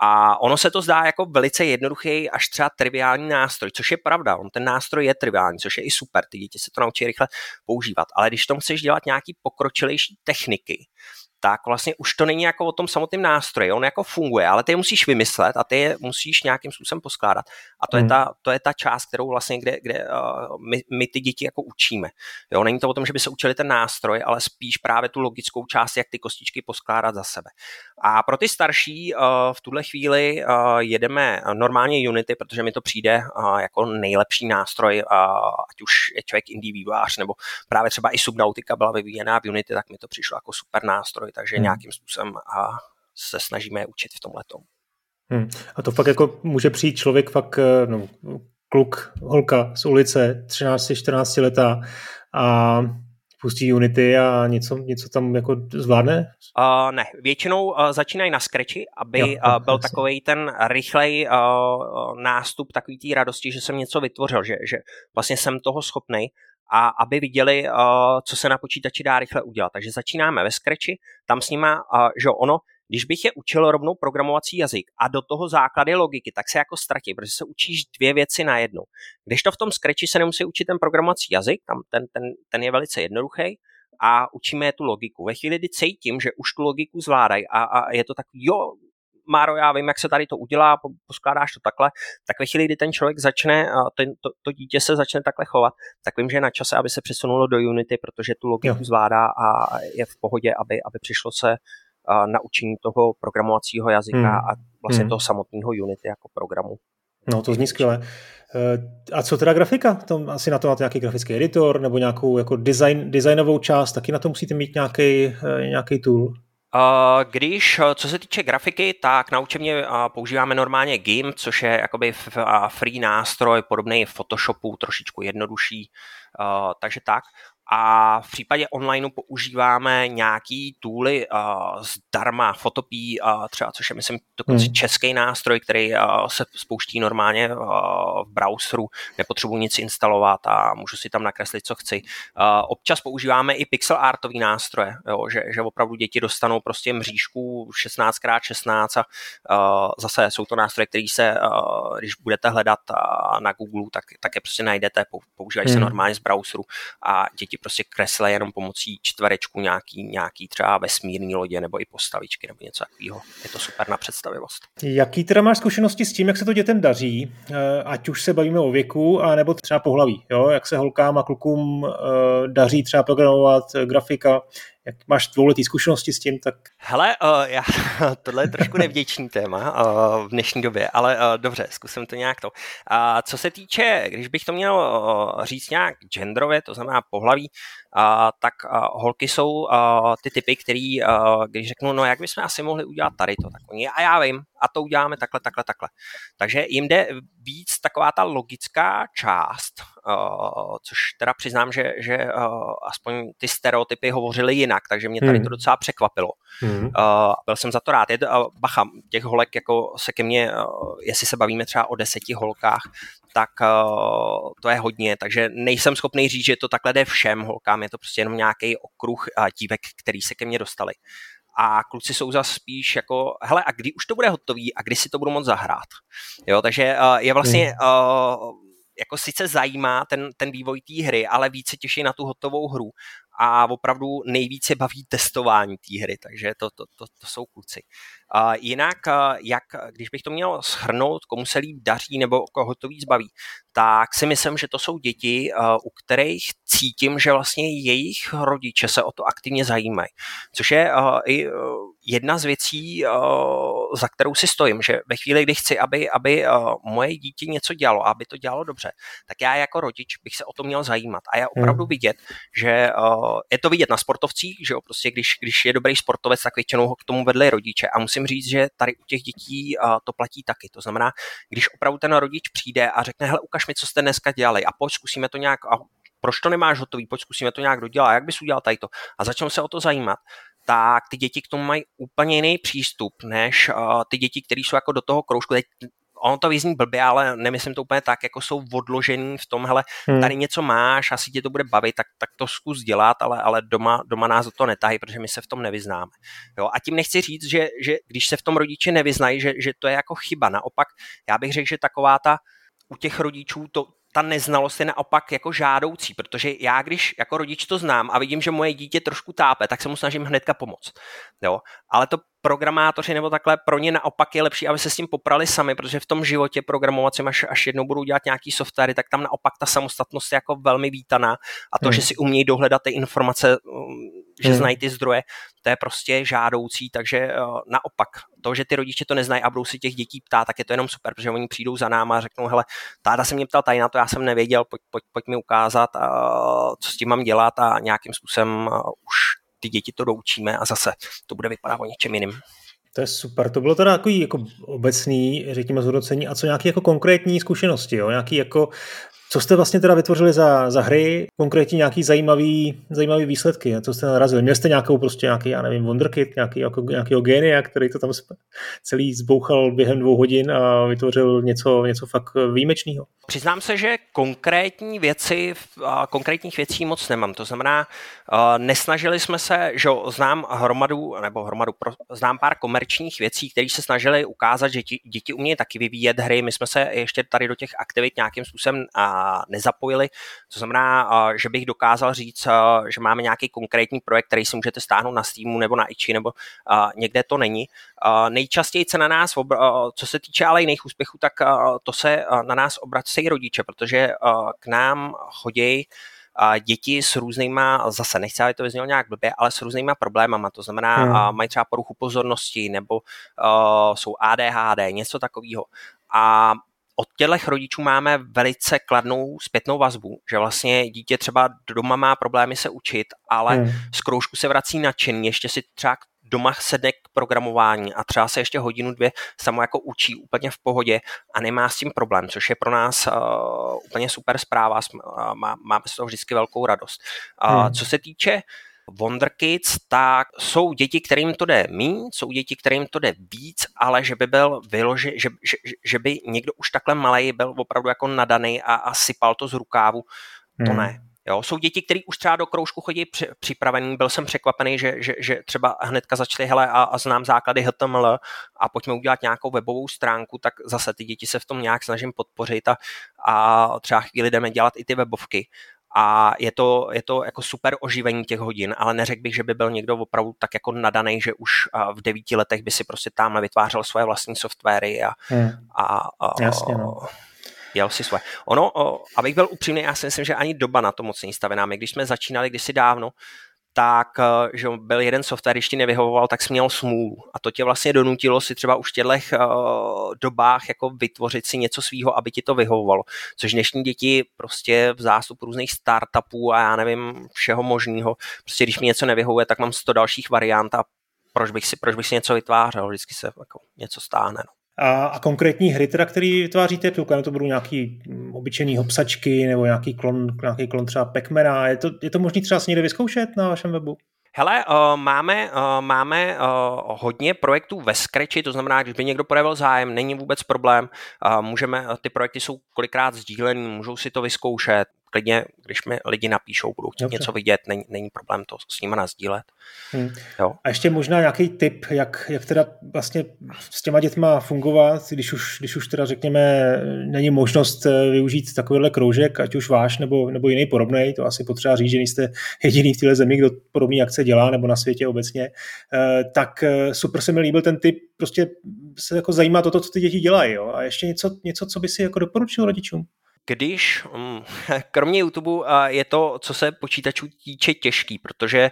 [SPEAKER 2] A ono se to zdá jako velice jednoduchý až třeba triviální nástroj, což je pravda, on ten nástroj je triviální, což je i super, ty děti se to naučí rychle používat, ale když tom chceš dělat nějaký pokročilejší techniky, tak vlastně už to není jako o tom samotném nástroji, on jako funguje, ale ty je musíš vymyslet a ty je musíš nějakým způsobem poskládat. A to, hmm. je, ta, to je ta část, kterou vlastně, kde, kde uh, my, my ty děti jako učíme. Jo, není to o tom, že by se učili ten nástroj, ale spíš právě tu logickou část, jak ty kostičky poskládat za sebe. A pro ty starší uh, v tuhle chvíli uh, jedeme normálně Unity, protože mi to přijde uh, jako nejlepší nástroj, uh, ať už je člověk indie vývojář, nebo právě třeba i Subnautica byla vyvíjená v Unity, tak mi to přišlo jako super nástroj, takže hmm. nějakým způsobem a se snažíme je učit v tomhletom.
[SPEAKER 1] Hmm. A to fakt jako může přijít člověk fakt, no, kluk, holka z ulice, třináct čtrnáct letá a pustí Unity a něco, něco tam jako zvládne?
[SPEAKER 2] Uh, ne, většinou uh, začínají na Scratchi, aby jo, uh, byl takovej ten rychlej uh, nástup takový té radosti, že jsem něco vytvořil, že, že vlastně jsem toho schopnej, a aby viděli, uh, co se na počítači dá rychle udělat. Takže začínáme ve Scratchi, tam s nima, uh, že ono, když bych je učil rovnou programovací jazyk a do toho základy logiky, tak se jako ztratí, protože se učíš dvě věci najednou. Když to v tom Scratchi se nemusí učit ten programovací jazyk, tam ten, ten, ten je velice jednoduchý a učíme je tu logiku. Ve chvíli, kdy cítím, že už tu logiku zvládají a, a je to tak, jo, Máro, já vím, jak se tady to udělá, poskládáš to takhle, tak ve chvíli, kdy ten člověk začne, to, to, to dítě se začne takhle chovat, tak vím, že je na čase, aby se přesunulo do Unity, protože tu logiku jo. zvládá a je v pohodě, aby, aby přišlo se uh, naučení toho programovacího jazyka hmm. a vlastně hmm. toho samotného Unity jako programu.
[SPEAKER 1] No, to zní skvěle. A co teda grafika? Tam asi na to máte nějaký grafický editor nebo nějakou jako design, designovou část, taky na to musíte mít nějaký, nějaký tool?
[SPEAKER 2] Když, co se týče grafiky, tak na učebně používáme normálně GIMP, což je jakoby free nástroj, podobný Photoshopu, trošičku jednodušší, takže tak. A v případě onlineu používáme nějaký tooly uh, zdarma, Photopea, uh, třeba, což je, myslím, dokonce hmm. český nástroj, který uh, se spouští normálně uh, v browseru, nepotřebuji nic instalovat a můžu si tam nakreslit, co chci. Uh, občas používáme i pixel artový nástroje, jo, že, že opravdu děti dostanou prostě mřížku šestnáct krát šestnáct a uh, zase jsou to nástroje, které se, uh, když budete hledat uh, na Google, tak, tak je prostě najdete, používají hmm. se normálně z browseru a děti prostě kreslí jenom pomocí čtverečku nějaký, nějaký třeba vesmírný lodě nebo i postavičky nebo něco takového. Je to super na představivost.
[SPEAKER 1] Jaký teda máš zkušenosti s tím, jak se to dětem daří? Ať už se bavíme o věku, anebo třeba pohlaví. Jo? Jak se holkám a klukům daří třeba programovat, grafika? Jak máš dvouletý zkušenosti s tím, tak...
[SPEAKER 2] Hele, uh, já, tohle je trošku nevděčný téma uh, v dnešní době, ale uh, dobře, zkusím to nějak to. Uh, co se týče, když bych to měl uh, říct nějak genderově, to znamená pohlaví, uh, tak uh, holky jsou uh, ty typy, který, uh, když řeknu, no jak bychom asi mohli udělat tady to, tak oni, a já vím, a to uděláme takhle, takhle, takhle. Takže jim jde víc taková ta logická část, uh, což teda přiznám, že, že uh, aspoň ty stereotypy hovořily jinak, takže mě tady to docela překvapilo. Hmm. Uh, byl jsem za to rád. Je, uh, bacha, těch holek jako se ke mně, uh, jestli se bavíme třeba o deseti holkách, tak uh, to je hodně, takže nejsem schopný říct, že to takhle jde všem holkám, je to prostě jenom nějaký okruh uh, dívek, který se ke mně dostali. A kluci jsou zase spíš jako, hele, a kdy už to bude hotový a kdy si to budu moct zahrát. Jo, takže uh, je vlastně, uh, jako sice zajímá ten, ten vývoj té hry, ale více těší na tu hotovou hru a opravdu nejvíce baví testování té hry, takže to, to, to, to jsou kluci. Uh, jinak, uh, jak, když bych to měl shrnout, komu se líp daří nebo koho to víc baví, tak si myslím, že to jsou děti, uh, u kterých cítím, že vlastně jejich rodiče se o to aktivně zajímají. Což je uh, i uh, jedna z věcí, uh, za kterou si stojím, že ve chvíli, kdy chci, aby, aby uh, moje dítě něco dělalo, aby to dělalo dobře, tak já jako rodič bych se o to měl zajímat. A je opravdu vidět, že uh, je to vidět na sportovcích, že jo, prostě když, když je dobrý sportovec, tak většinou ho k tomu vedli rodiče. A musím říct, že tady u těch dětí uh, to platí taky. To znamená, když opravdu ten rodič přijde a řekne, hele, ukaž mi, co jste dneska dělali a pojď, zkusíme to nějak, a proč to nemáš hotový, pojď, zkusíme to nějak dodělat, jak bys udělal tady to. A začnou se o to zajímat, tak ty děti k tomu mají úplně jiný přístup, než uh, ty děti, které jsou jako do toho kroužku. Teď, ono to vyzní blbě, ale nemyslím to úplně tak, jako jsou odložený v tom, hele, tady něco máš, asi tě to bude bavit, tak, tak to zkus dělat, ale, ale doma, doma nás do toho netahají, protože my se v tom nevyznáme. Jo? A tím nechci říct, že, že když se v tom rodiče nevyznají, že, že to je jako chyba. Naopak, já bych řekl, že taková ta u těch rodičů to, ta neznalost je naopak jako žádoucí, protože já, když jako rodič to znám a vidím, že moje dítě trošku tápe, tak se mu snažím hnedka pomoct. Jo? Ale to programátoři nebo takhle pro ně naopak je lepší, aby se s tím poprali sami, protože v tom životě programovacím, až, až jednou budou dělat nějaký softwary, tak tam naopak ta samostatnost je jako velmi vítaná a to, hmm. že si umějí dohledat ty informace, že hmm. znají ty zdroje, to je prostě žádoucí, takže uh, naopak, to, že ty rodiče to neznají a budou si těch dětí ptát, tak je to jenom super, protože oni přijdou za náma a řeknou, hele, táta se mě ptal tady na to, já jsem nevěděl, pojď, pojď, pojď mi ukázat, uh, co s tím mám dělat a nějakým způsobem uh, už ty děti to doučíme a zase to bude vypadat o něčem jiným.
[SPEAKER 1] To je super, to bylo teda takový jako obecný, řekněme, zhodnocení. A co nějaké jako konkrétní zkušenosti, jo? Nějaký jako, co jste vlastně teda vytvořili za, za hry, konkrétně nějaký zajímavý, zajímavý výsledky, co jste narazili? Měli jste nějakou prostě nějaký, já nevím, wonderkid, nějaký, jako, nějakýho génia, který to tam celý zbouchal během dvou hodin a vytvořil něco, něco fakt výjimečného?
[SPEAKER 2] Přiznám se, že konkrétní věci, konkrétních věcí moc nemám. To znamená, nesnažili jsme se, že znám hromadu, nebo hromadu, znám pár komerčních věcí, které se snažili ukázat, že děti, děti umějí taky vyvíjet hry. My jsme se ještě tady do těch aktivit nějakým způsobem nezapojili. To znamená, že bych dokázal říct, že máme nějaký konkrétní projekt, který si můžete stáhnout na Steamu nebo na Itchi, nebo někde to není. Nejčastěji se na nás, co se týče ale jiných úspěchů, tak to se na nás obrací rodiče, protože uh, k nám chodí uh, děti s různýma, zase nechci, aby to vyznělo nějak blbě, ale s různýma problémama, to znamená, hmm. uh, mají třeba poruchu pozornosti nebo uh, jsou A D H D, něco takového. A od těchto rodičů máme velice kladnou zpětnou vazbu, že vlastně dítě třeba doma má problémy se učit, ale hmm. z kroužku se vrací nadšený, ještě si třeba doma sedne k programování a třeba se ještě hodinu, dvě samo jako učí úplně v pohodě a nemá s tím problém, což je pro nás uh, úplně super zpráva, uh, má, máme z toho vždycky velkou radost. Uh, hmm. Co se týče Wonderkids, tak jsou děti, kterým to jde míň, jsou děti, kterým to jde víc, ale že by byl vyložen, že, že, že by někdo už takhle malej byl opravdu jako nadaný a, a sypal to z rukávu, to hmm. ne. Jo, jsou děti, kteří už třeba do kroužku chodí při, připravený. Byl jsem překvapený, že, že, že třeba hnedka začali, hele, a, a znám základy H T M L a pojďme udělat nějakou webovou stránku, tak zase ty děti se v tom nějak snažím podpořit a, a třeba chvíli jdeme dělat i ty webovky. A je to, je to jako super oživení těch hodin, ale neřekl bych, že by byl někdo opravdu tak jako nadaný, že už v devíti letech by si prostě tamhle vytvářel svoje vlastní softwary a, hmm. a, a
[SPEAKER 1] Jasně, no.
[SPEAKER 2] jel si svoje. Ono, o, abych byl upřímný, já si myslím, že ani doba na to moc není stavená. My když jsme začínali kdysi dávno, tak že byl jeden software, když ti nevyhovoval, tak jsi měl smůlu. A to tě vlastně donutilo si třeba už v těchto uh, dobách jako vytvořit si něco svýho, aby ti to vyhovovalo. Což dnešní děti prostě v zástupu různých startupů a já nevím, všeho možného. Prostě když mi něco nevyhovuje, tak mám sto dalších variant a proč bych si, proč bych si něco vytvářel, vždycky se jako něco stáhne. No.
[SPEAKER 1] A, a konkrétní hry, teda, který vytváříte, předpokládám, to budou nějaký obyčejný hopsačky nebo nějaký klon, nějaký klon třeba Pac-Mana. Je to, je to možný třeba si někde vyzkoušet na vašem webu?
[SPEAKER 2] Hele, uh, máme, uh, máme uh, hodně projektů ve Scratchi, to znamená, když by někdo projevil zájem, není vůbec problém, uh, můžeme, ty projekty jsou kolikrát sdílený, můžou si to vyzkoušet, klidně, když mi lidi napíšou, budou chtít něco vidět, není, není problém to s nimi nasdílet. Hmm. Jo.
[SPEAKER 1] A ještě možná nějaký tip, jak, jak teda vlastně s těma dětma fungovat, když už, když už teda řekněme, není možnost využít takovýhle kroužek, ať už váš nebo, nebo jiný podobnej, to asi potřeba říct, že nejste jediný v téhle zemi, kdo podobný akce dělá, nebo na světě obecně, tak super se mi líbil ten tip, prostě se jako zajímá to, co ty děti dělají. Jo? A ještě něco, něco, co by si jako doporučil rodičům?
[SPEAKER 2] Když, kromě YouTube, je to, co se počítačů týče, těžký, protože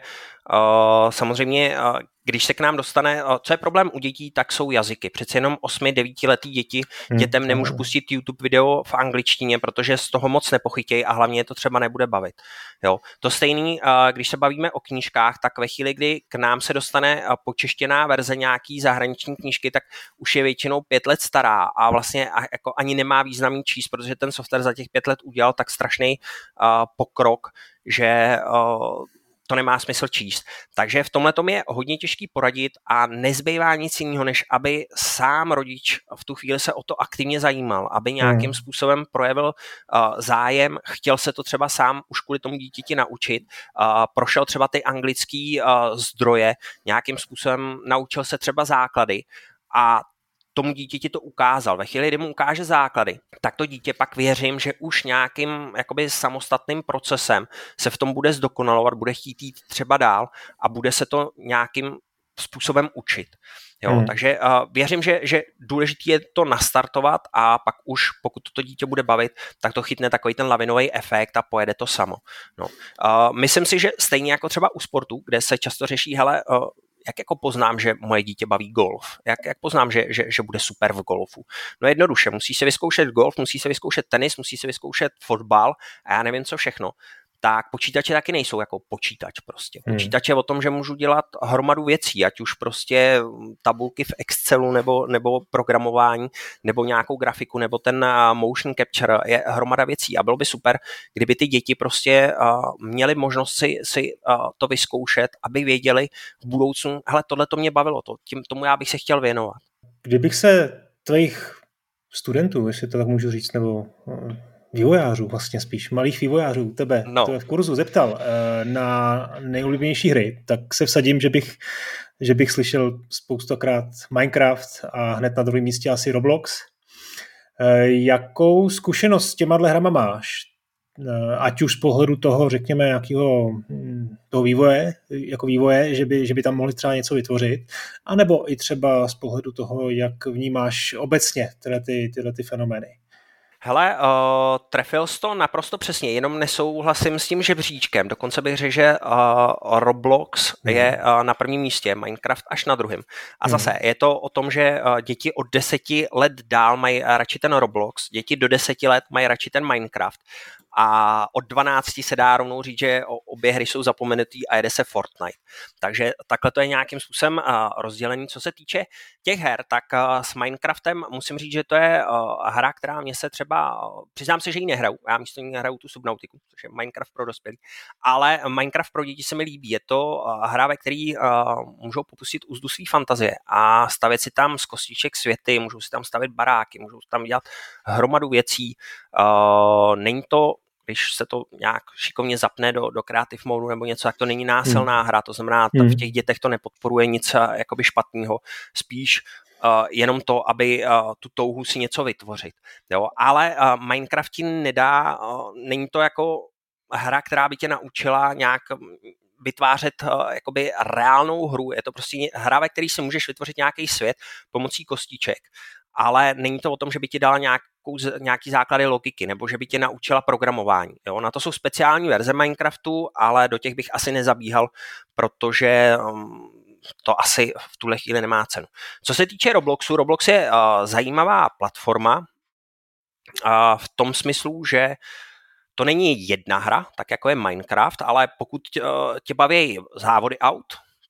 [SPEAKER 2] uh, samozřejmě, uh, když se k nám dostane, uh, co je problém u dětí, tak jsou jazyky. Přece jenom osmi devítiletý děti, hmm. dětem nemůžu pustit YouTube video v angličtině, protože z toho moc nepochytějí a hlavně je to třeba nebude bavit. Jo. To stejný, uh, když se bavíme o knížkách, tak ve chvíli, kdy k nám se dostane uh, počeštěná verze nějaký zahraniční knížky, tak už je většinou pět let stará a vlastně uh, jako ani nemá význam jí číst, protože ten software za těch pět let udělal tak strašný uh, pokrok, že uh, to nemá smysl číst. Takže v tomhle tom je hodně těžký poradit a nezbývá nic jiného, než aby sám rodič v tu chvíli se o to aktivně zajímal, aby nějakým hmm. způsobem projevil uh, zájem, chtěl se to třeba sám už kvůli tomu dítěti naučit, uh, prošel třeba ty anglický uh, zdroje, nějakým způsobem naučil se třeba základy a tomu dítěti to ukázal. Ve chvíli, kdy mu ukáže základy, tak to dítě pak věřím, že už nějakým jakoby samostatným procesem se v tom bude zdokonalovat, bude chtít jít třeba dál a bude se to nějakým způsobem učit. Jo, hmm. Takže uh, věřím, že, že důležité je to nastartovat a pak už, pokud to dítě bude bavit, tak to chytne takový ten lavinový efekt a pojede to samo. No. Uh, myslím si, že stejně jako třeba u sportu, kde se často řeší, hele, uh, jak jako poznám, že moje dítě baví golf? Jak, jak poznám, že, že, že bude super v golfu? No jednoduše, musí se vyzkoušet golf, musí se vyzkoušet tenis, musí se vyzkoušet fotbal a já nevím co všechno. Tak počítače taky nejsou jako počítač prostě. Počítač je o tom, že můžu dělat hromadu věcí, ať už prostě tabulky v Excelu nebo, nebo programování, nebo nějakou grafiku, nebo ten motion capture, je hromada věcí a bylo by super, kdyby ty děti prostě uh, měly možnost si, si uh, to vyzkoušet, aby věděli v budoucnu, hele, tohle to mě bavilo, to, tím, tomu já bych se chtěl věnovat. Kdybych
[SPEAKER 1] se tvých studentů, jestli to tak můžu říct, nebo vývojářů, vlastně spíš, malých vývojářů, tebe,
[SPEAKER 2] no.
[SPEAKER 1] tebe v kurzu zeptal na nejoblíbenější hry, tak se vsadím, že bych, že bych slyšel spoustokrát Minecraft a hned na druhém místě asi Roblox. Jakou zkušenost s těma hrama máš? Ať už z pohledu toho, řekněme, nějakého toho vývoje, jako vývoje, že by, že by tam mohli třeba něco vytvořit, anebo i třeba z pohledu toho, jak vnímáš obecně tyhle, ty, tyhle ty fenomény.
[SPEAKER 2] Hele, uh, trefil jsi to naprosto přesně, jenom nesouhlasím s tím žebříčkem. Dokonce bych řekl, že uh, Roblox mm. je uh, na prvním místě, Minecraft až na druhém. A mm. zase je to o tom, že uh, děti od deseti let dál mají radši ten Roblox, děti do deseti let mají radši ten Minecraft. A od dvanácti se dá rovnou říct, že obě hry jsou zapomenutý a jede se Fortnite. Takže takhle to je nějakým způsobem rozdělení. Co se týče těch her, tak s Minecraftem musím říct, že to je hra, která mě se třeba, přiznám se, že ji nehraju, já místo ní hraju tu Subnautiku, což je Minecraft pro dospělí, ale Minecraft pro děti se mi líbí. Je to hra, ve který můžou popustit úzdu svý fantazie a stavět si tam z kostiček světy, můžou si tam stavit baráky, můžou si tam dělat hromadu věcí. Není to, když se to nějak šikovně zapne do, do creative modu nebo něco, tak to není násilná hra, to znamená, to v těch dětech to nepodporuje nic jakoby špatného, spíš uh, jenom to, aby uh, tu touhu si něco vytvořit. Jo? Ale uh, Minecraft ti nedá, uh, není to jako hra, která by tě naučila nějak vytvářet uh, jakoby reálnou hru, je to prostě hra, ve které si můžeš vytvořit nějaký svět pomocí kostiček, ale není to o tom, že by ti dala nějak nějaký základy logiky, nebo že by tě naučila programování. Jo? Na to jsou speciální verze Minecraftu, ale do těch bych asi nezabíhal, protože um, to asi v tuhle chvíli nemá cenu. Co se týče Robloxu, Roblox je uh, zajímavá platforma uh, v tom smyslu, že to není jedna hra, tak jako je Minecraft, ale pokud uh, tě baví závody aut,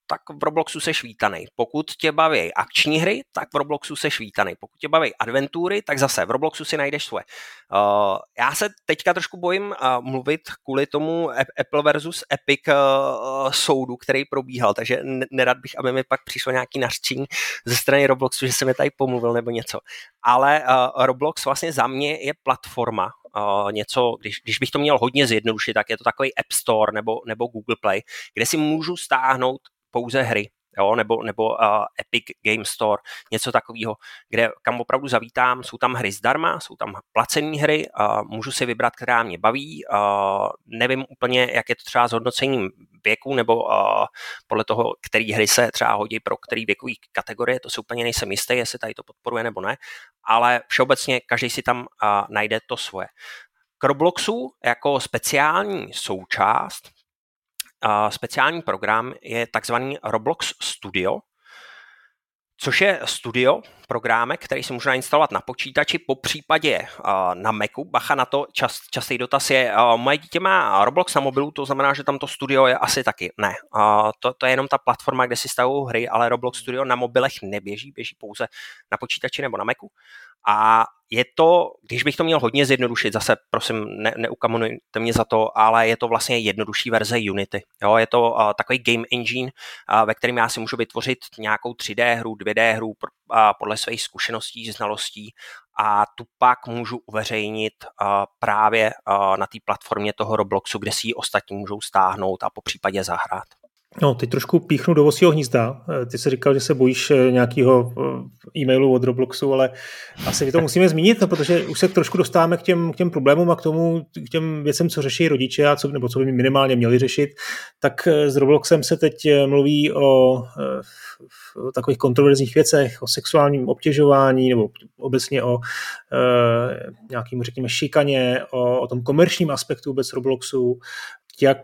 [SPEAKER 2] tak v Robloxu seš vítanej. Pokud tě baví akční hry, tak v Robloxu seš vítanej. Pokud tě baví adventury, tak zase v Robloxu si najdeš svoje. Uh, já se teďka trošku bojím uh, mluvit kvůli tomu Apple versus Epic uh, soudu, který probíhal, takže nerad bych, aby mi pak přišlo nějaký nařčení ze strany Robloxu, že se mi tady pomluvil nebo něco. Ale uh, Roblox vlastně za mě je platforma, Uh, něco, když, když bych to měl hodně zjednodušit, tak je to takový App Store nebo, nebo Google Play, kde si můžu stáhnout pouze hry, jo, nebo, nebo uh, Epic Game Store, něco takového, kde kam opravdu zavítám, jsou tam hry zdarma, jsou tam placené hry, uh, můžu si vybrat, která mě baví, uh, nevím úplně, jak je to třeba s hodnocením věku, nebo uh, podle toho, který hry se třeba hodí pro který věkový kategorie, to si úplně nejsem jistý, jestli tady to podporuje nebo ne, ale všeobecně každý si tam uh, najde to svoje. K Robloxu jako speciální součást, uh, speciální program je takzvaný Roblox Studio, což je studio, programek, který si můžu nainstalovat na počítači, po případě uh, na Macu. Bacha na to, čas, častý dotaz je, uh, moje dítě má Roblox na mobilu, to znamená, že tam to studio je asi taky. Ne, uh, to, to je jenom ta platforma, kde si stavují hry, ale Roblox Studio na mobilech neběží, běží pouze na počítači nebo na Macu. A je to, když bych to měl hodně zjednodušit, zase prosím, ne, neukamonujte mě za to, ale je to vlastně jednodušší verze Unity. Jo, je to uh, takový game engine, uh, ve kterém já si můžu vytvořit nějakou tři dé hru, dvě dé hru uh, podle svých zkušeností, znalostí a tu pak můžu uveřejnit uh, právě uh, na té platformě toho Robloxu, kde si ji ostatní můžou stáhnout a po případě zahrát.
[SPEAKER 1] No, teď trošku píchnu do vosího hnízda. Ty jsi říkal, že se bojíš nějakého e-mailu od Robloxu, ale asi to musíme zmínit, no, protože už se trošku dostáváme k těm, k těm problémům a k tomu, k těm věcem, co řeší rodiče a co, nebo co by minimálně měli řešit. Tak s Robloxem se teď mluví o, o takových kontroverzních věcech, o sexuálním obtěžování nebo obecně o e, nějakým, řekněme, šikaně, o, o tom komerčním aspektu vůbec Robloxu. Jak,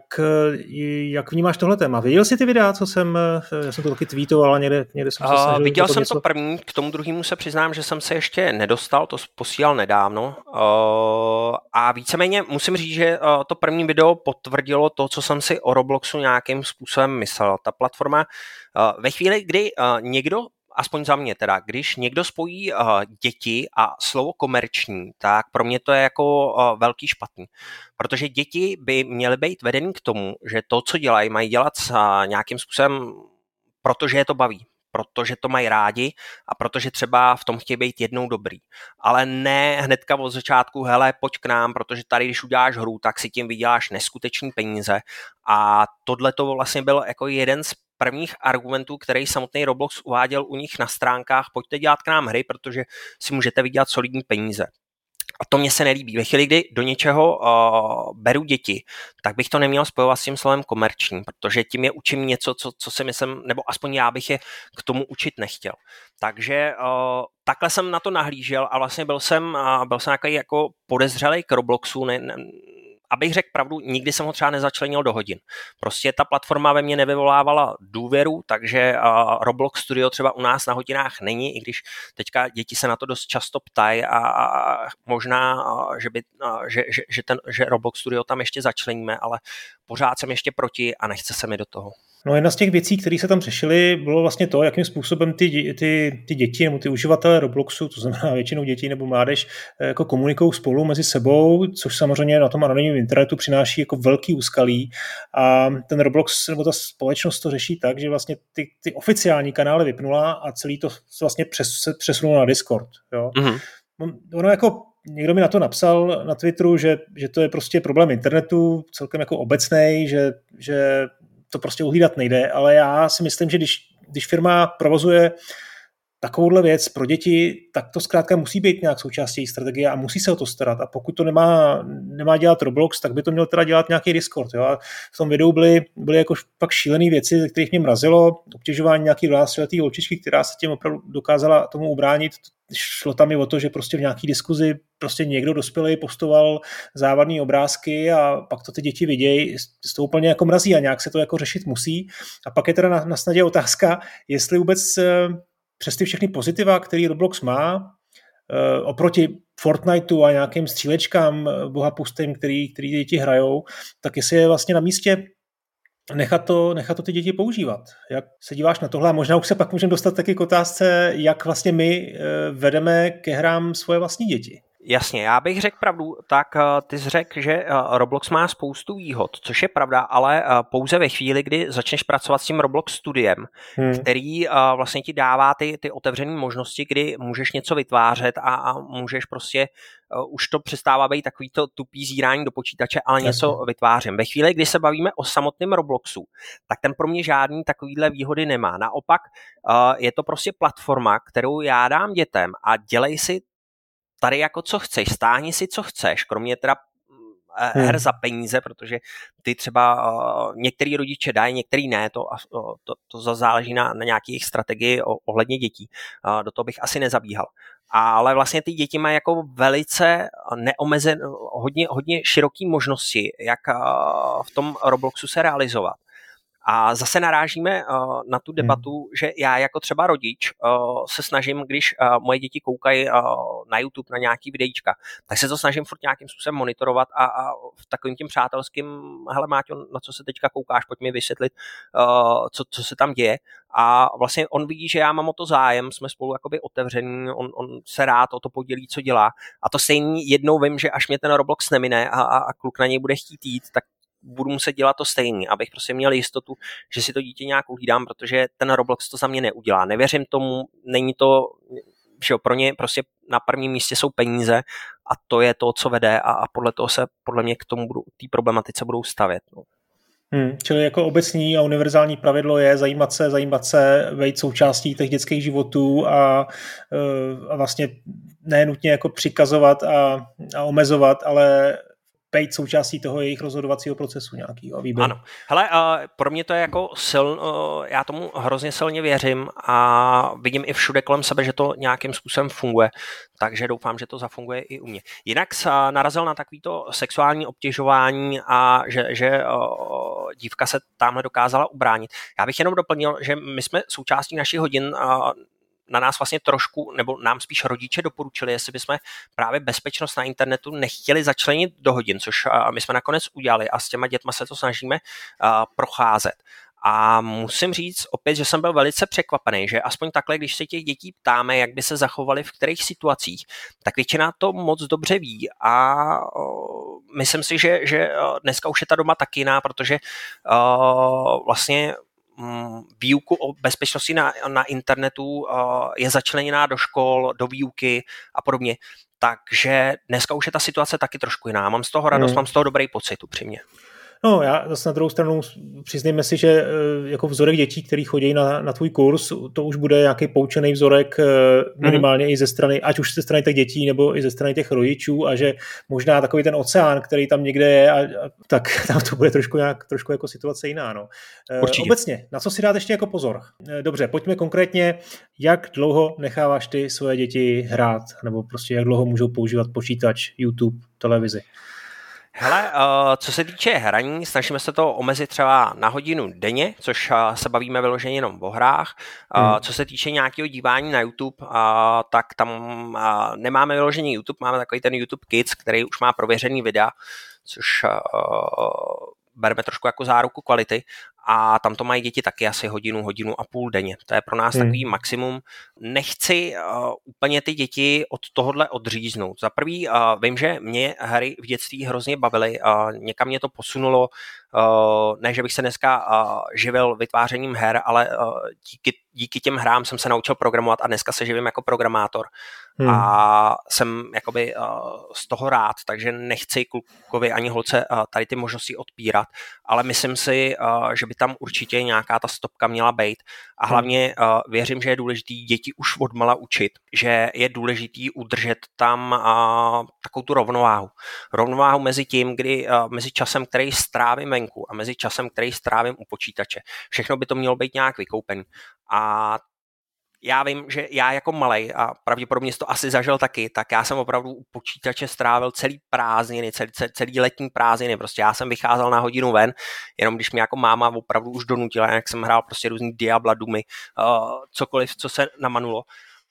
[SPEAKER 1] jak vnímáš tohle téma? Viděl jsi ty videa, co jsem, já jsem to taky tweetoval, někde, někde jsem se snažil.
[SPEAKER 2] Uh, viděl jsem
[SPEAKER 1] něco...
[SPEAKER 2] to první, k tomu druhému se přiznám, že jsem se ještě nedostal, to posílal nedávno. Uh, a víceméně musím říct, že uh, to první video potvrdilo to, co jsem si o Robloxu nějakým způsobem myslel. Ta platforma, uh, ve chvíli, kdy uh, někdo, aspoň za mě teda, když někdo spojí uh, děti a slovo komerční, tak pro mě to je jako uh, velký špatný. Protože děti by měly být vedeny k tomu, že to, co dělají, mají dělat uh, nějakým způsobem, protože je to baví, protože to mají rádi a protože třeba v tom chtějí být jednou dobrý. Ale ne hnedka od začátku, hele, pojď k nám, protože tady, když uděláš hru, tak si tím vyděláš neskutečný peníze. A tohle to vlastně byl jako jeden z prvních argumentů, který samotný Roblox uváděl u nich na stránkách, pojďte dělat k nám hry, protože si můžete vydělat solidní peníze. A to mně se nelíbí. Ve chvíli, kdy do něčeho uh, beru děti, tak bych to neměl spojovat s tím slovem komerční, protože tím je učím něco, co, co si myslím, nebo aspoň já bych je k tomu učit nechtěl. Takže uh, takhle jsem na to nahlížel a vlastně byl jsem, uh, byl jsem nějaký jako podezřelej k Robloxu, ne, ne, abych řekl pravdu, nikdy jsem ho třeba nezačlenil do hodin. Prostě ta platforma ve mně nevyvolávala důvěru, takže uh, Roblox Studio třeba u nás na hodinách není, i když teďka děti se na to dost často ptají a, a možná, uh, že, by, uh, že, že, že, ten, že Roblox Studio tam ještě začleníme, ale pořád jsem ještě proti a nechce se mi do toho.
[SPEAKER 1] No, jedna z těch věcí, které se tam řešily, bylo vlastně to, jakým způsobem ty, ty, ty děti nebo ty uživatelé Robloxu, to znamená většinou děti nebo mládež, jako komunikují spolu mezi sebou, což samozřejmě na tom anonymním internetu přináší jako velký úskalí. A ten Roblox nebo ta společnost to řeší tak, že vlastně ty, ty oficiální kanály vypnula a celý to vlastně přes, přesunulo na Discord. Jo? Mm-hmm. Ono jako někdo mi na to napsal na Twitteru, že, že to je prostě problém internetu, celkem jako obecnej, že, že to prostě uhlídat nejde, ale já si myslím, že když, když firma provozuje takovouhle věc pro děti, tak to zkrátka musí být nějak součástí její strategie a musí se o to starat. A pokud to nemá, nemá dělat Roblox, tak by to měl teda dělat nějaký Discord. Jo? A v tom videu byly, byly jako pak šílené věci, ze kterých mě mrazilo, obtěžování nějaký dvanáctiletý holčičky, která se tím opravdu dokázala tomu ubránit. Šlo tam i o to, že prostě v nějaký diskuzi prostě někdo dospělý postoval závadný obrázky a pak to ty děti vidějí, to úplně jako mrazí a nějak se to jako řešit musí. A pak je teda na, na snadě otázka, jestli vůbec přes ty všechny pozitiva, který Roblox má, oproti Fortniteu a nějakým střílečkám bohapustým, který, který děti hrajou, tak jestli je vlastně na místě nechat to, nechat to ty děti používat. Jak se díváš na tohle? A možná už se pak můžeme dostat taky k otázce, jak vlastně my vedeme ke hrám svoje vlastní děti.
[SPEAKER 2] Jasně, já bych řekl pravdu, tak ty jsi řekl, že Roblox má spoustu výhod, což je pravda, ale pouze ve chvíli, kdy začneš pracovat s tím Roblox studiem, hmm. který vlastně ti dává ty, ty otevřené možnosti, kdy můžeš něco vytvářet a, a můžeš prostě, už to přestává být takový to tupý zírání do počítače, ale Jasně. něco vytvářím. Ve chvíli, kdy se bavíme o samotném Robloxu, tak ten pro mě žádný takovýhle výhody nemá. Naopak je to prostě platforma, kterou já dám dětem a dělej si tady jako co chceš, stáhni si co chceš, kromě teda her hmm. za peníze, protože ty třeba uh, některý rodiče dají, některý ne, to, uh, to, to záleží na, na nějaké jejich strategii ohledně dětí. Uh, do toho bych asi nezabíhal. Ale vlastně ty děti mají jako velice neomezen, hodně, hodně široký možnosti, jak uh, v tom Robloxu se realizovat. A zase narážíme uh, na tu debatu, hmm. že já jako třeba rodič uh, se snažím, když uh, moje děti koukají uh, na YouTube na nějaký videíčka, tak se to snažím furt nějakým způsobem monitorovat a, a v takovým tím přátelským, hele Máťo, na co se teďka koukáš, pojď mi vysvětlit, uh, co, co se tam děje. A vlastně on vidí, že já mám o to zájem, jsme spolu jakoby otevření, on, on se rád o to podělí, co dělá. A to stejný jednou vím, že až mě ten Roblox nemine a, a, a kluk na něj bude chtít jít, tak budu muset dělat to stejný, abych prostě měl jistotu, že si to dítě nějak uhlídám, protože ten Roblox to za mě neudělá. Nevěřím tomu, není to, že pro ně prostě na prvním místě jsou peníze a to je to, co vede a, a podle toho se podle mě k tomu budou, té problematice budou stavět. No.
[SPEAKER 1] Hmm, čili jako obecní a univerzální pravidlo je zajímat se, zajímat se, být součástí těch dětských životů a, a vlastně nenutně jako přikazovat a, a omezovat, ale být součástí toho jejich rozhodovacího procesu nějakého výběru.
[SPEAKER 2] Ano. Hele, uh, pro mě to je jako sil, uh, já tomu hrozně silně věřím a vidím i všude kolem sebe, že to nějakým způsobem funguje, takže doufám, že to zafunguje i u mě. Jinak uh, narazil na takovýto sexuální obtěžování a že, že uh, dívka se tamhle dokázala ubránit. Já bych jenom doplnil, že my jsme součástí našich hodin uh, na nás vlastně trošku, nebo nám spíš rodiče doporučili, jestli bychom právě bezpečnost na internetu nechtěli začlenit do hodin, což my jsme nakonec udělali a s těma dětma se to snažíme procházet. A musím říct opět, že jsem byl velice překvapený, že aspoň takhle, když se těch dětí ptáme, jak by se zachovali v kterých situacích, tak většina to moc dobře ví a myslím si, že, že dneska už je ta doma taky jiná, protože vlastně výuku o bezpečnosti na, na internetu uh, je začleněná do škol, do výuky a podobně. Takže dneska už je ta situace taky trošku jiná. Mám z toho radost, hmm. mám z toho dobrý pocit upřímně.
[SPEAKER 1] No, já zase na druhou stranu přiznejme si, že jako vzorek dětí, který chodí na, na tvůj kurz, to už bude nějaký poučený vzorek minimálně mm. i ze strany, ať už ze strany těch dětí, nebo i ze strany těch rodičů a že možná takový ten oceán, který tam někde je, a, a, tak tam to bude trošku, nějak, trošku jako situace jiná. No.
[SPEAKER 2] Určitě.
[SPEAKER 1] Obecně, na co si dát ještě jako pozor? Dobře, pojďme konkrétně, jak dlouho necháváš ty svoje děti hrát, nebo prostě jak dlouho můžou používat počítač, YouTube, televizi?
[SPEAKER 2] Hele, co se týče hraní, snažíme se to omezit třeba na hodinu denně, což se bavíme vyloženě jenom o hrách. Hmm. Co se týče nějakého dívání na YouTube, tak tam nemáme vyložený YouTube, máme takový ten YouTube Kids, který už má prověřený videa, což bereme trošku jako záruku kvality a tam to mají děti taky asi hodinu, hodinu a půl denně. To je pro nás hmm. takový maximum. Nechci uh, úplně ty děti od tohohle odříznout. Za prvý uh, vím, že mě hry v dětství hrozně bavily, uh, někam mě to posunulo, uh, ne, že bych se dneska uh, živil vytvářením her, ale uh, díky, díky těm hrám jsem se naučil programovat a dneska se živím jako programátor. Hmm. A jsem jakoby uh, z toho rád, takže nechci klukovi ani holce uh, tady ty možnosti odpírat, ale myslím si, uh, že by tam určitě nějaká ta stopka měla být a hlavně uh, věřím, že je důležitý děti už odmala učit, že je důležitý udržet tam uh, takovou tu rovnováhu. Rovnováhu mezi tím, kdy uh, mezi časem, který strávím venku a mezi časem, který strávím u počítače. Všechno by to mělo být nějak vykoupený. A já vím, že já jako malej, a pravděpodobně jsi to asi zažil taky, tak já jsem opravdu u počítače strávil celý prázdniny, celý, celý letní prázdniny, prostě já jsem vycházel na hodinu ven, jenom když mě jako máma opravdu už donutila, jak jsem hrál prostě různý Diabla, Doomy, uh, cokoliv, co se namanulo.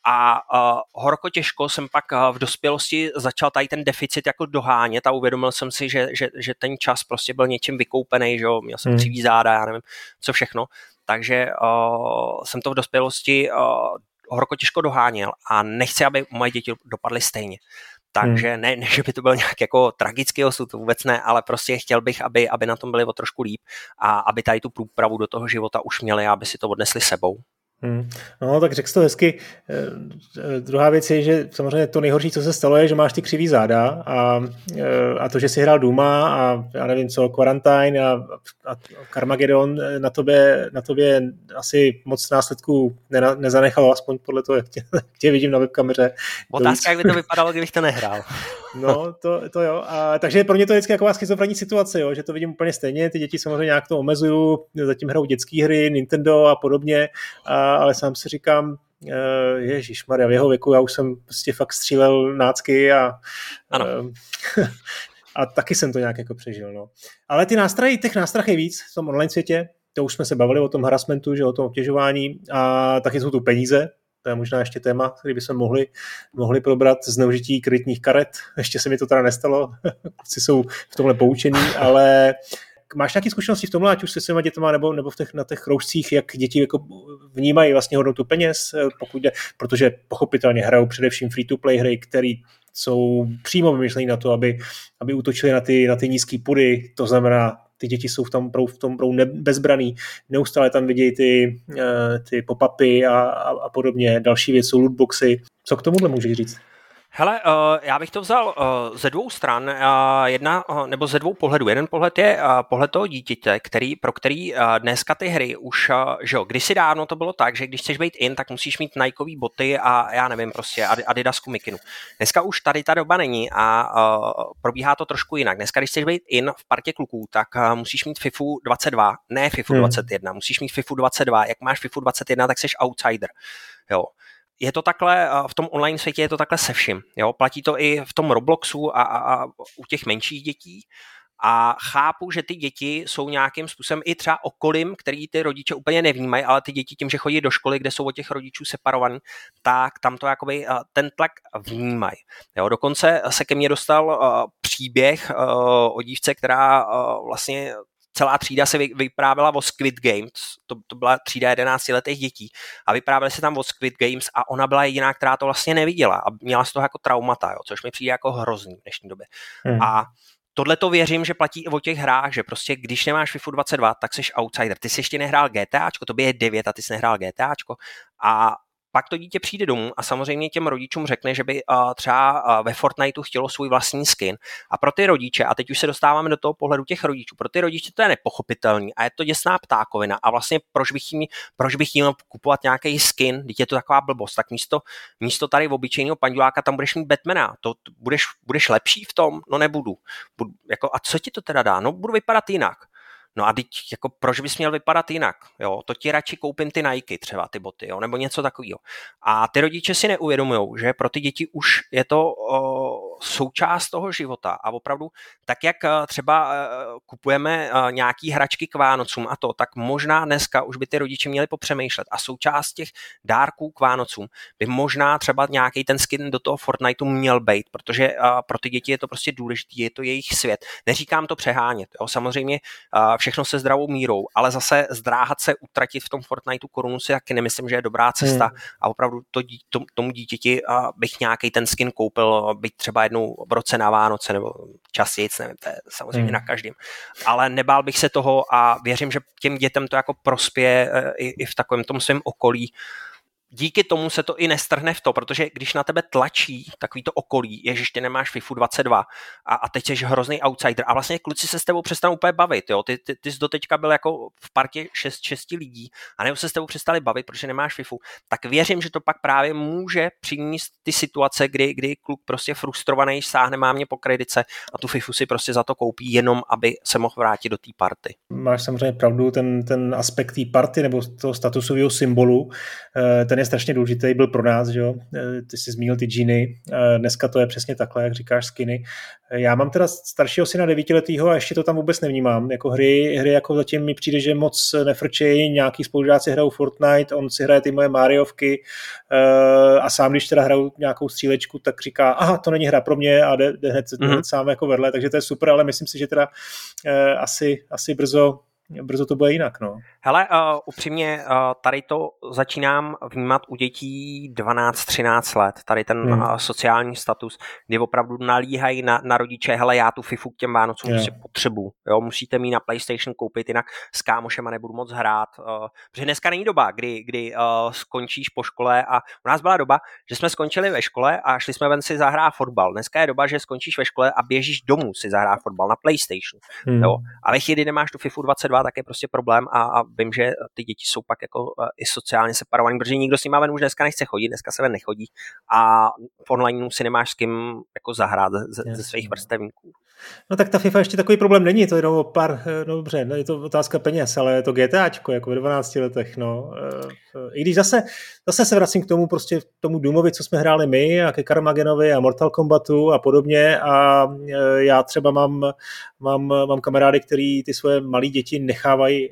[SPEAKER 2] A uh, horko těžko jsem pak uh, v dospělosti začal tady ten deficit jako dohánět a uvědomil jsem si, že, že, že ten čas prostě byl něčím vykoupený, že jo, měl jsem křivý hmm. záda, já nevím, co všechno. Takže uh, jsem to v dospělosti uh, horko těžko doháněl a nechci, aby moje děti dopadly stejně. Takže ne, ne, že by to byl nějak jako tragický osud, to vůbec ne, ale prostě chtěl bych, aby, aby na tom byli o trošku líp a aby tady tu průpravu do toho života už měli a aby si to odnesli sebou.
[SPEAKER 1] Hmm. No, tak řekl jsi to hezky. E, druhá věc je, že samozřejmě to nejhorší, co se stalo, je, že máš ty křivý záda a, e, a to, že jsi hrál Duma a já nevím co, Quarantine a, a Carmageddon na tobě, na tobě asi moc následků ne, nezanechalo, aspoň podle toho, jak tě, jak tě vidím na webkameře.
[SPEAKER 2] Otázka, jak by to vypadalo, kdybych to nehrál.
[SPEAKER 1] No, to, to jo. A, takže pro mě to je vždycky taková schizofrenní situace, jo, že to vidím úplně stejně. Ty děti samozřejmě nějak to omezuju, zatím hrajou dětské hry, Nintendo a podobně, a, ale sám si říkám, ježišmarja, v jeho věku já už jsem prostě fakt střílel nácky a,
[SPEAKER 2] ano.
[SPEAKER 1] a taky jsem to nějak jako přežil. No. Ale ty nástrahy, těch nástrah je víc v tom online světě, to už jsme se bavili o tom harassmentu, že o tom obtěžování a taky jsou tu peníze. To je možná ještě téma, který bychom mohli, mohli probrat, zneužití kreditních karet. Ještě se mi to teda nestalo, kluci jsou v tomhle poučení, ale máš nějaké zkušenosti v tomhle, ať už se svýma dětma nebo, nebo v těch, na těch kroužcích, jak děti jako vnímají vlastně hodnotu peněz, pokud jde, protože pochopitelně hrajou především free-to-play hry, které jsou přímo vymyšlené na to, aby, aby útočili na ty, na ty nízké pudy, to znamená, ty děti jsou v tom, v tom bezbraný, neustále tam vidějí ty, ty pop-upy a, a, a podobně, další věc jsou lootboxy. Co k tomuhle můžeš říct?
[SPEAKER 2] Hele, uh, já bych to vzal uh, ze dvou stran, uh, jedna, uh, nebo ze dvou pohledů. Jeden pohled je uh, pohled toho dítěte, který, pro který uh, dneska ty hry už, uh, že jo, kdysi dávno to bylo tak, že když chceš být in, tak musíš mít Nikeový boty a já nevím, prostě Adidasku mikinu. Dneska už tady ta doba není a uh, probíhá to trošku jinak. Dneska, když chceš být in v partě kluků, tak uh, musíš mít FIFU dvacet dva, ne FIFU hmm. dvacet jedna, musíš mít FIFU dvacet dva. Jak máš FIFU dvacet jedna, tak jsi outsider, jo. Je to takhle, v tom online světě je to takhle se vším. Jo? Platí to i v tom Robloxu a, a, a u těch menších dětí. A chápu, že ty děti jsou nějakým způsobem i třeba okolím, který ty rodiče úplně nevnímají, ale ty děti tím, že chodí do školy, kde jsou od těch rodičů separovaný, tak tam to jakoby ten tlak vnímají. Jo? Dokonce se ke mně dostal uh, příběh uh, o dívce, která uh, vlastně celá třída se vyprávěla o Squid Games, to, to byla třída jedenáctiletých dětí a vyprávěli se tam o Squid Games a ona byla jediná, která to vlastně neviděla a měla z toho jako traumata, jo, což mi přijde jako hrozný v dnešní době. Hmm. A tohle to věřím, že platí i o těch hrách, že prostě když nemáš FIFU dvacet dva, tak jsi outsider. Ty jsi ještě nehrál GTAčko, tobě je devět a ty jsi nehrál GTAčko a pak to dítě přijde domů a samozřejmě těm rodičům řekne, že by uh, třeba uh, ve Fortniteu chtělo svůj vlastní skin. A pro ty rodiče, a teď už se dostáváme do toho pohledu těch rodičů, pro ty rodiče to je nepochopitelný a je to děsná ptákovina. A vlastně proč bych jim, proč bych jim kupovat nějaký skin, když je to taková blbost, tak místo, místo tady v obyčejného panduláka tam budeš mít Batmana. To, to budeš, budeš lepší v tom? No nebudu. Budu, jako, a co ti to teda dá? No budu vypadat jinak. No a teď, jako, proč bys měl vypadat jinak? Jo? To ti radši koupím ty Nike, třeba ty boty, jo? Nebo něco takového. A ty rodiče si neuvědomujou, že pro ty děti už je to o, součást toho života. A opravdu, tak jak třeba o, kupujeme o, nějaký hračky k Vánocům a to, tak možná dneska už by ty rodiče měli popřemýšlet. A součást těch dárků k Vánocům by možná třeba nějaký ten skin do toho Fortniteu měl být, protože o, pro ty děti je to prostě důležitý, je to jejich svět. Neříkám to přehánět, jo? Samozřejmě o, všechno se zdravou mírou, ale zase zdráhat se utratit v tom Fortniteu korunu si taky nemyslím, že je dobrá cesta hmm. a opravdu to, to, tomu dítěti bych nějaký ten skin koupil, byť třeba jednou v roce na Vánoce nebo časíc, nevím, to je samozřejmě hmm. na každém. Ale nebál bych se toho a věřím, že těm dětem to jako prospěje i, i v takovém tom svém okolí. Díky tomu se to i nestrhne v to, protože když na tebe tlačí takový to okolí, je, že ještě nemáš FIFU dvacet dva a, a teď jsi hrozný outsider a vlastně kluci se s tebou přestanou úplně bavit, jo? Ty, ty, ty jsi doteďka byl jako v partě šest, šesti lidí a nebo se s tebou přestali bavit, protože nemáš FIFU, tak věřím, že to pak právě může přinést ty situace, kdy, kdy kluk prostě frustrovaný sáhne mámě po kredice a tu FIFU si prostě za to koupí jenom, aby se mohl vrátit do té party.
[SPEAKER 1] Máš samozřejmě pravdu, ten, ten aspekt té party nebo toho statusového symbolu, ten je strašně důležitý, byl pro nás, že jo, ty jsi zmínil ty džíny, dneska to je přesně takhle, jak říkáš, skiny. Já mám teda staršího syna devítiletýho a ještě to tam vůbec nevnímám, jako hry, hry jako zatím mi přijde, že moc nefrčejí, nějaký spolužáci hrajou Fortnite, on si hraje ty moje Mariovky a sám, když teda hrajou nějakou střílečku, tak říká, aha, to není hra pro mě a jde, jde hned, mm-hmm. hned sám jako vedle, takže to je super, ale myslím si, že teda asi, asi brzo brzo to bude jinak, no.
[SPEAKER 2] Hele, uh, upřímně, uh, tady to začínám vnímat u dětí dvanáct třináct let, tady ten hmm. uh, sociální status, kdy opravdu nalíhají na, na rodiče, hele, já tu FIFU k těm Vánocům yeah. si potřebuju, jo, musíte mít na PlayStation koupit, jinak s kámošema nebudu moc hrát, uh, protože dneska není doba, kdy, kdy uh, skončíš po škole a u nás byla doba, že jsme skončili ve škole a šli jsme ven si zahrát fotbal. Dneska je doba, že skončíš ve škole a běžíš domů si zahrát fotbal na PlayStation, hmm. jo, a ve chvíli, kdy nemáš tu FIFU dvacet dva, tak je prostě problém a, a vím, že ty děti jsou pak jako uh, i sociálně separovaný, protože nikdo s nima ven už dneska nechce chodit, dneska se ven nechodí a v onlineu si nemáš s kým jako zahrát ze, ze svých vrstevníků.
[SPEAKER 1] No tak ta FIFA ještě takový problém není, to je jenom pár, no dobře, no je to otázka peněz, ale je to GTAčko, jako v dvanácti letech, no. I když zase, zase se vracím k tomu prostě tomu Doomovi, co jsme hráli my a ke Carmagenovi a Mortal Kombatu a podobně a já třeba mám, mám, mám kamarády, který ty svoje malé děti nechávají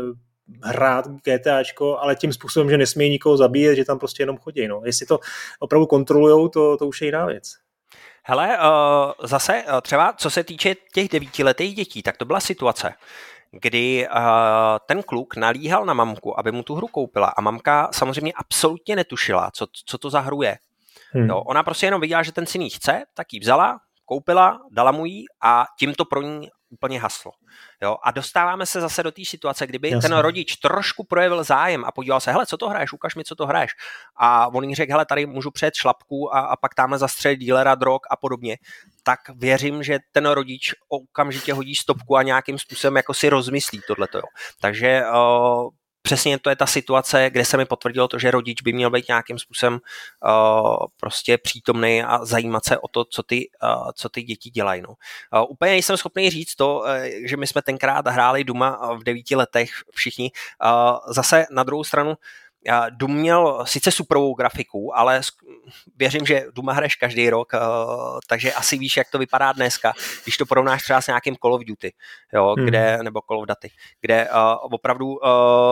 [SPEAKER 1] hrát GTAčko, ale tím způsobem, že nesmějí nikoho zabíjet, že tam prostě jenom chodí, no. Jestli to opravdu kontrolujou, to, to už je jiná věc.
[SPEAKER 2] Hele, uh, zase uh, třeba co se týče těch devítiletých dětí, tak to byla situace, kdy uh, ten kluk nalíhal na mamku, aby mu tu hru koupila a mamka samozřejmě absolutně netušila, co, co to za hru je. Hmm. Jo, ona prostě jenom viděla, že ten syn jí chce, tak ji vzala, koupila, dala mu ji a tím to pro ní úplně haslo. Jo, a dostáváme se zase do té situace, kdyby Jasně. ten rodič trošku projevil zájem a podíval se, hele, co to hraješ, ukaž mi, co to hraješ. A on jí řekl, hele, tady můžu přejet šlapku a, a pak tamhle zastřelit dílera drog a podobně. Tak věřím, že ten rodič okamžitě hodí stopku a nějakým způsobem jako si rozmyslí tohleto. Jo. Takže uh, přesně to je ta situace, kde se mi potvrdilo to, že rodič by měl být nějakým způsobem uh, prostě přítomný a zajímat se o to, co ty, uh, co ty děti dělají. No. Uh, úplně nejsem schopný říct to, uh, že my jsme tenkrát hráli Duma v devíti letech všichni. Uh, zase na druhou stranu Doom měl sice superovou grafiku, ale věřím, že Duma hraješ každý rok, takže asi víš, jak to vypadá dneska, když to porovnáš třeba s nějakým Call of Duty, jo, hmm. kde, nebo Call of Duty, kde uh, opravdu uh,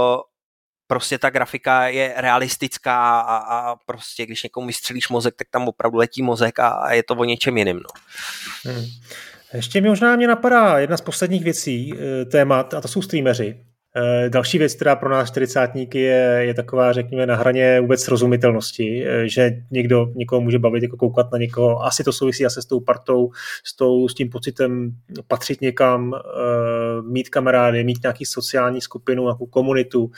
[SPEAKER 2] prostě ta grafika je realistická a, a prostě když někomu vystřelíš mozek, tak tam opravdu letí mozek a je to o něčem jiným. No.
[SPEAKER 1] Hmm. Ještě mi možná mě napadá jedna z posledních věcí, témat, a to jsou streameři. Další věc, která pro nás čtyřicátníky je, je taková, řekněme, na hraně vůbec srozumitelnosti, že někdo někoho může bavit, jako koukat na někoho. Asi to souvisí asi s tou partou, s, tou, s tím pocitem patřit někam, mít kamarády, mít nějaký sociální skupinu, nějakou komunitu.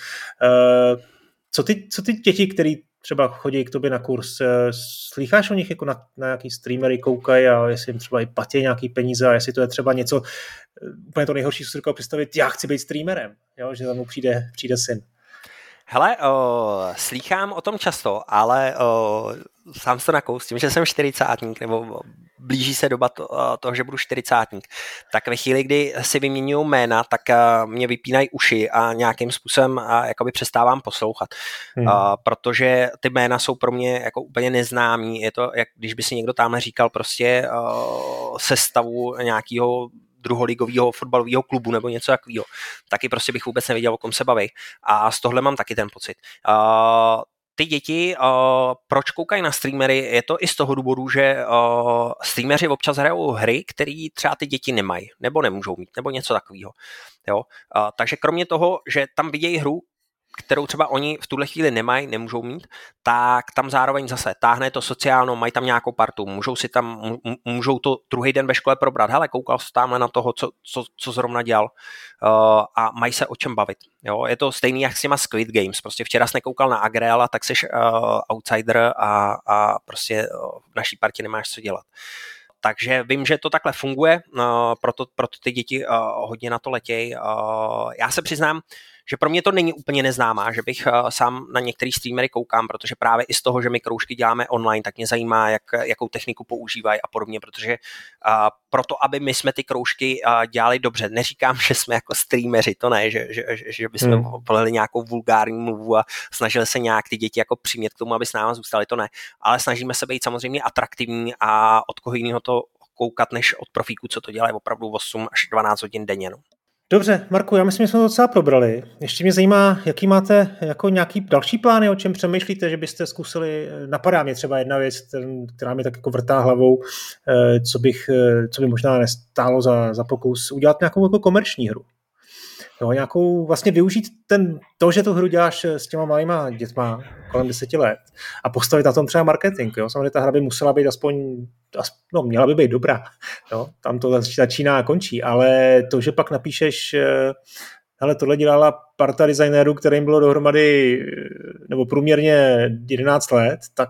[SPEAKER 1] Co ty, co ty děti, který třeba chodí k tobě na kurz, slýcháš o nich jako na, na nějaký streamery, koukají a jestli jim třeba i platí nějaký peníze a jestli to je třeba něco, úplně to nejhorší, co si říkal představit, já chci být streamerem, jo, že tam mu přijde, přijde syn.
[SPEAKER 2] Hele, o, slýchám o tom často, ale o, sám se to nakoustím, že jsem čtyřicátník, nebo blíží se doba to, toho, že budu čtyřicátník. Tak ve chvíli, kdy si vyměňují jména, tak a, mě vypínají uši a nějakým způsobem a, jakoby přestávám poslouchat. Hmm. A, protože ty jména jsou pro mě jako úplně neznámý. Je to, jak když by si někdo tamhle říkal prostě a, sestavu nějakého druholigového fotbalového klubu nebo něco takového, taky prostě bych vůbec nevěděl, o kom se baví. A z tohle mám taky ten pocit. Uh, ty děti, uh, proč koukají na streamery, je to i z toho důvodu, že uh, streameři občas hrajou hry, které třeba ty děti nemají, nebo nemůžou mít, nebo něco takového. Jo? Uh, takže kromě toho, že tam vidějí hru, kterou třeba oni v tuhle chvíli nemají, nemůžou mít, tak tam zároveň zase táhne to sociálno, mají tam nějakou partu, můžou si tam, můžou to druhý den ve škole probrat, hele, koukal jsi tamhle na toho, co, co, co zrovna dělal uh, a mají se o čem bavit. Jo? Je to stejný jak s těma Squid Games, prostě včera jsi nekoukal na Agrela, tak jsi uh, outsider a, a prostě uh, v naší partě nemáš co dělat. Takže vím, že to takhle funguje, uh, proto, proto ty děti uh, hodně na to letějí. Uh, já se přiznám, že pro mě to není úplně neznámá, že bych uh, sám na některý streamery koukám, protože právě i z toho, že my kroužky děláme online, tak mě zajímá, jak, jakou techniku používají a podobně, protože uh, proto, aby my jsme ty kroužky uh, dělali dobře, neříkám, že jsme jako streameři, to ne, že, že, že, že bychom hmm. volili nějakou vulgární mluvu a snažili se nějak ty děti jako přimět k tomu, aby s náma zůstali, to ne, ale snažíme se být samozřejmě atraktivní a od koho jiného to koukat, než od profíků, co to dělají opravdu osm až dvanáct hodin denně. No.
[SPEAKER 1] Dobře, Marku, já myslím, že jsme to docela probrali. Ještě mě zajímá, jaký máte jako nějaký další plány, o čem přemýšlíte, že byste zkusili, napadá mě třeba jedna věc, která mi tak jako vrtá hlavou, co, bych, co by možná nestálo za, za pokus, udělat nějakou jako komerční hru. Jo, nějakou vlastně využít ten, to, že tu hru děláš s těma malýma dětma kolem deseti let a postavit na tom třeba marketing. Jo. Samozřejmě ta hra by musela být aspoň, no měla by být dobrá. Jo. Tam to začíná a končí, ale to, že pak napíšeš, hele, tohle dělala parta designérů, kterým bylo dohromady nebo průměrně jedenáct let, tak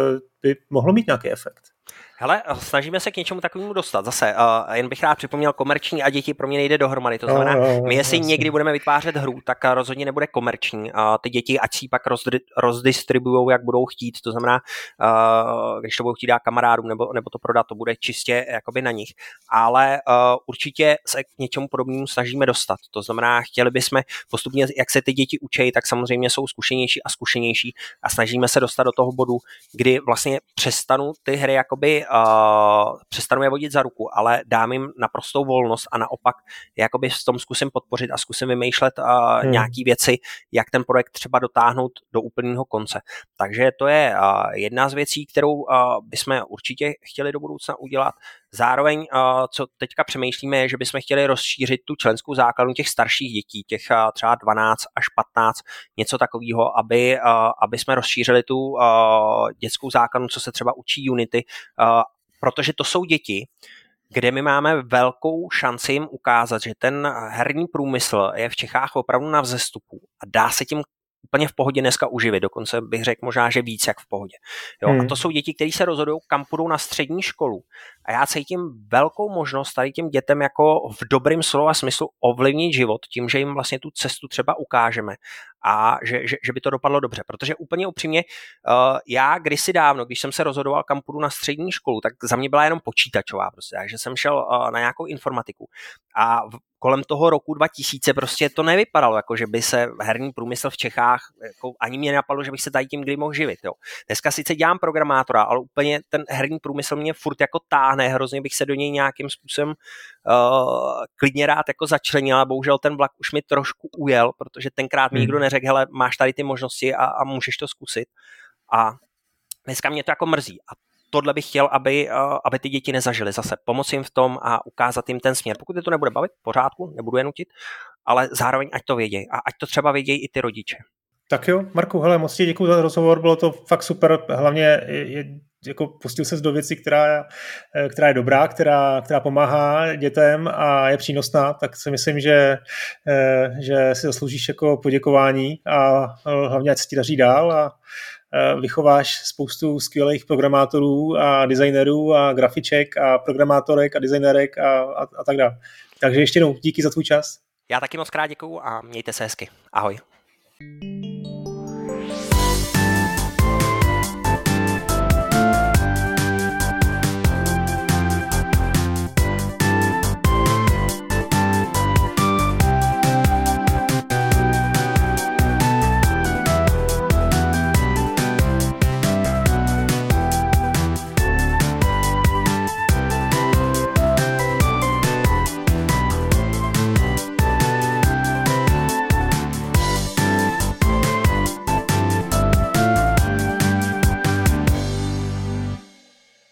[SPEAKER 1] by mohlo mít nějaký efekt.
[SPEAKER 2] Hele, snažíme se k něčemu takovému dostat. Zase, uh, jen bych rád připomněl, komerční a děti pro mě nejde dohromady. To znamená, no, no, my jestli jasný. Někdy budeme vytvářet hru, tak rozhodně nebude komerční. Uh, ty děti, ať si ji pak rozdri- rozdistribujou, jak budou chtít. To znamená, uh, když to budou chtít dát kamarádům nebo, nebo to prodat, to bude čistě jakoby na nich. Ale uh, určitě se k něčemu podobnému snažíme dostat. To znamená, chtěli bychom postupně, jak se ty děti učí, tak samozřejmě jsou zkušenější a zkušenější a snažíme se dostat do toho bodu, kdy vlastně přestanu ty hry jakoby Uh, přestanu je vodit za ruku, ale dám jim naprostou volnost a naopak jakoby v tom zkusím podpořit a zkusím vymýšlet uh, hmm. nějaký věci, jak ten projekt třeba dotáhnout do úplného konce. Takže to je uh, jedna z věcí, kterou uh, bychom určitě chtěli do budoucna udělat. Zároveň, uh, co teďka přemýšlíme, je, že bychom chtěli rozšířit tu členskou základnu těch starších dětí, těch uh, třeba dvanáct až patnáct, něco takového, aby, uh, aby jsme rozšířili tu uh, dětskou základnu, co se třeba učí Unity, uh, protože to jsou děti, kde my máme velkou šanci jim ukázat, že ten herní průmysl je v Čechách opravdu na vzestupu a dá se tím úplně v pohodě dneska uživit, dokonce bych řekl možná, že víc jak v pohodě. Jo? Hmm. A to jsou děti, které se rozhodují, kam půjdou na střední školu. A já cítím velkou možnost tady těm dětem jako v dobrým slova smyslu ovlivnit život tím, že jim vlastně tu cestu třeba ukážeme a že, že, že by to dopadlo dobře. Protože úplně upřímně, uh, já kdysi dávno, když jsem se rozhodoval, kam půjdu na střední školu, tak za mě byla jenom počítačová prostě, takže jsem šel uh, na nějakou informatiku. A v, kolem toho roku dva tisíce prostě to nevypadalo, jako že by se herní průmysl v Čechách, jako ani mě napadlo, že bych se tady tím kdy mohl živit. Jo. Dneska sice dělám programátora, ale úplně ten herní průmysl mě furt jako táhne, hrozně bych se do něj nějakým způsobem uh, klidně rád jako začlenil, a bohužel ten vlak už mi trošku ujel, protože tenkrát mi hmm. nikdo neřekl, hele, máš tady ty možnosti a, a můžeš to zkusit. A dneska mě to jako mrzí. A tohle bych chtěl, aby, aby ty děti nezažily zase. Pomoci jim v tom a ukázat jim ten směr. Pokud je to nebude bavit, v pořádku, nebudu je nutit, ale zároveň ať to vědějí. A ať to třeba vědějí i ty rodiče.
[SPEAKER 1] Tak jo, Marku, hele, moc ti děkuji za rozhovor, bylo to fakt super. Hlavně je, jako pustil ses do věci, která, která je dobrá, která, která pomáhá dětem a je přínosná, tak si myslím, že, že si zasloužíš jako poděkování a hlavně ať se ti daří dál a vychováš spoustu skvělých programátorů a designérů a grafiček a programátorek a designérek a, a, a tak dále. Takže ještě jednou díky za tvůj čas.
[SPEAKER 2] Já taky moc krát děkuju a mějte se hezky. Ahoj.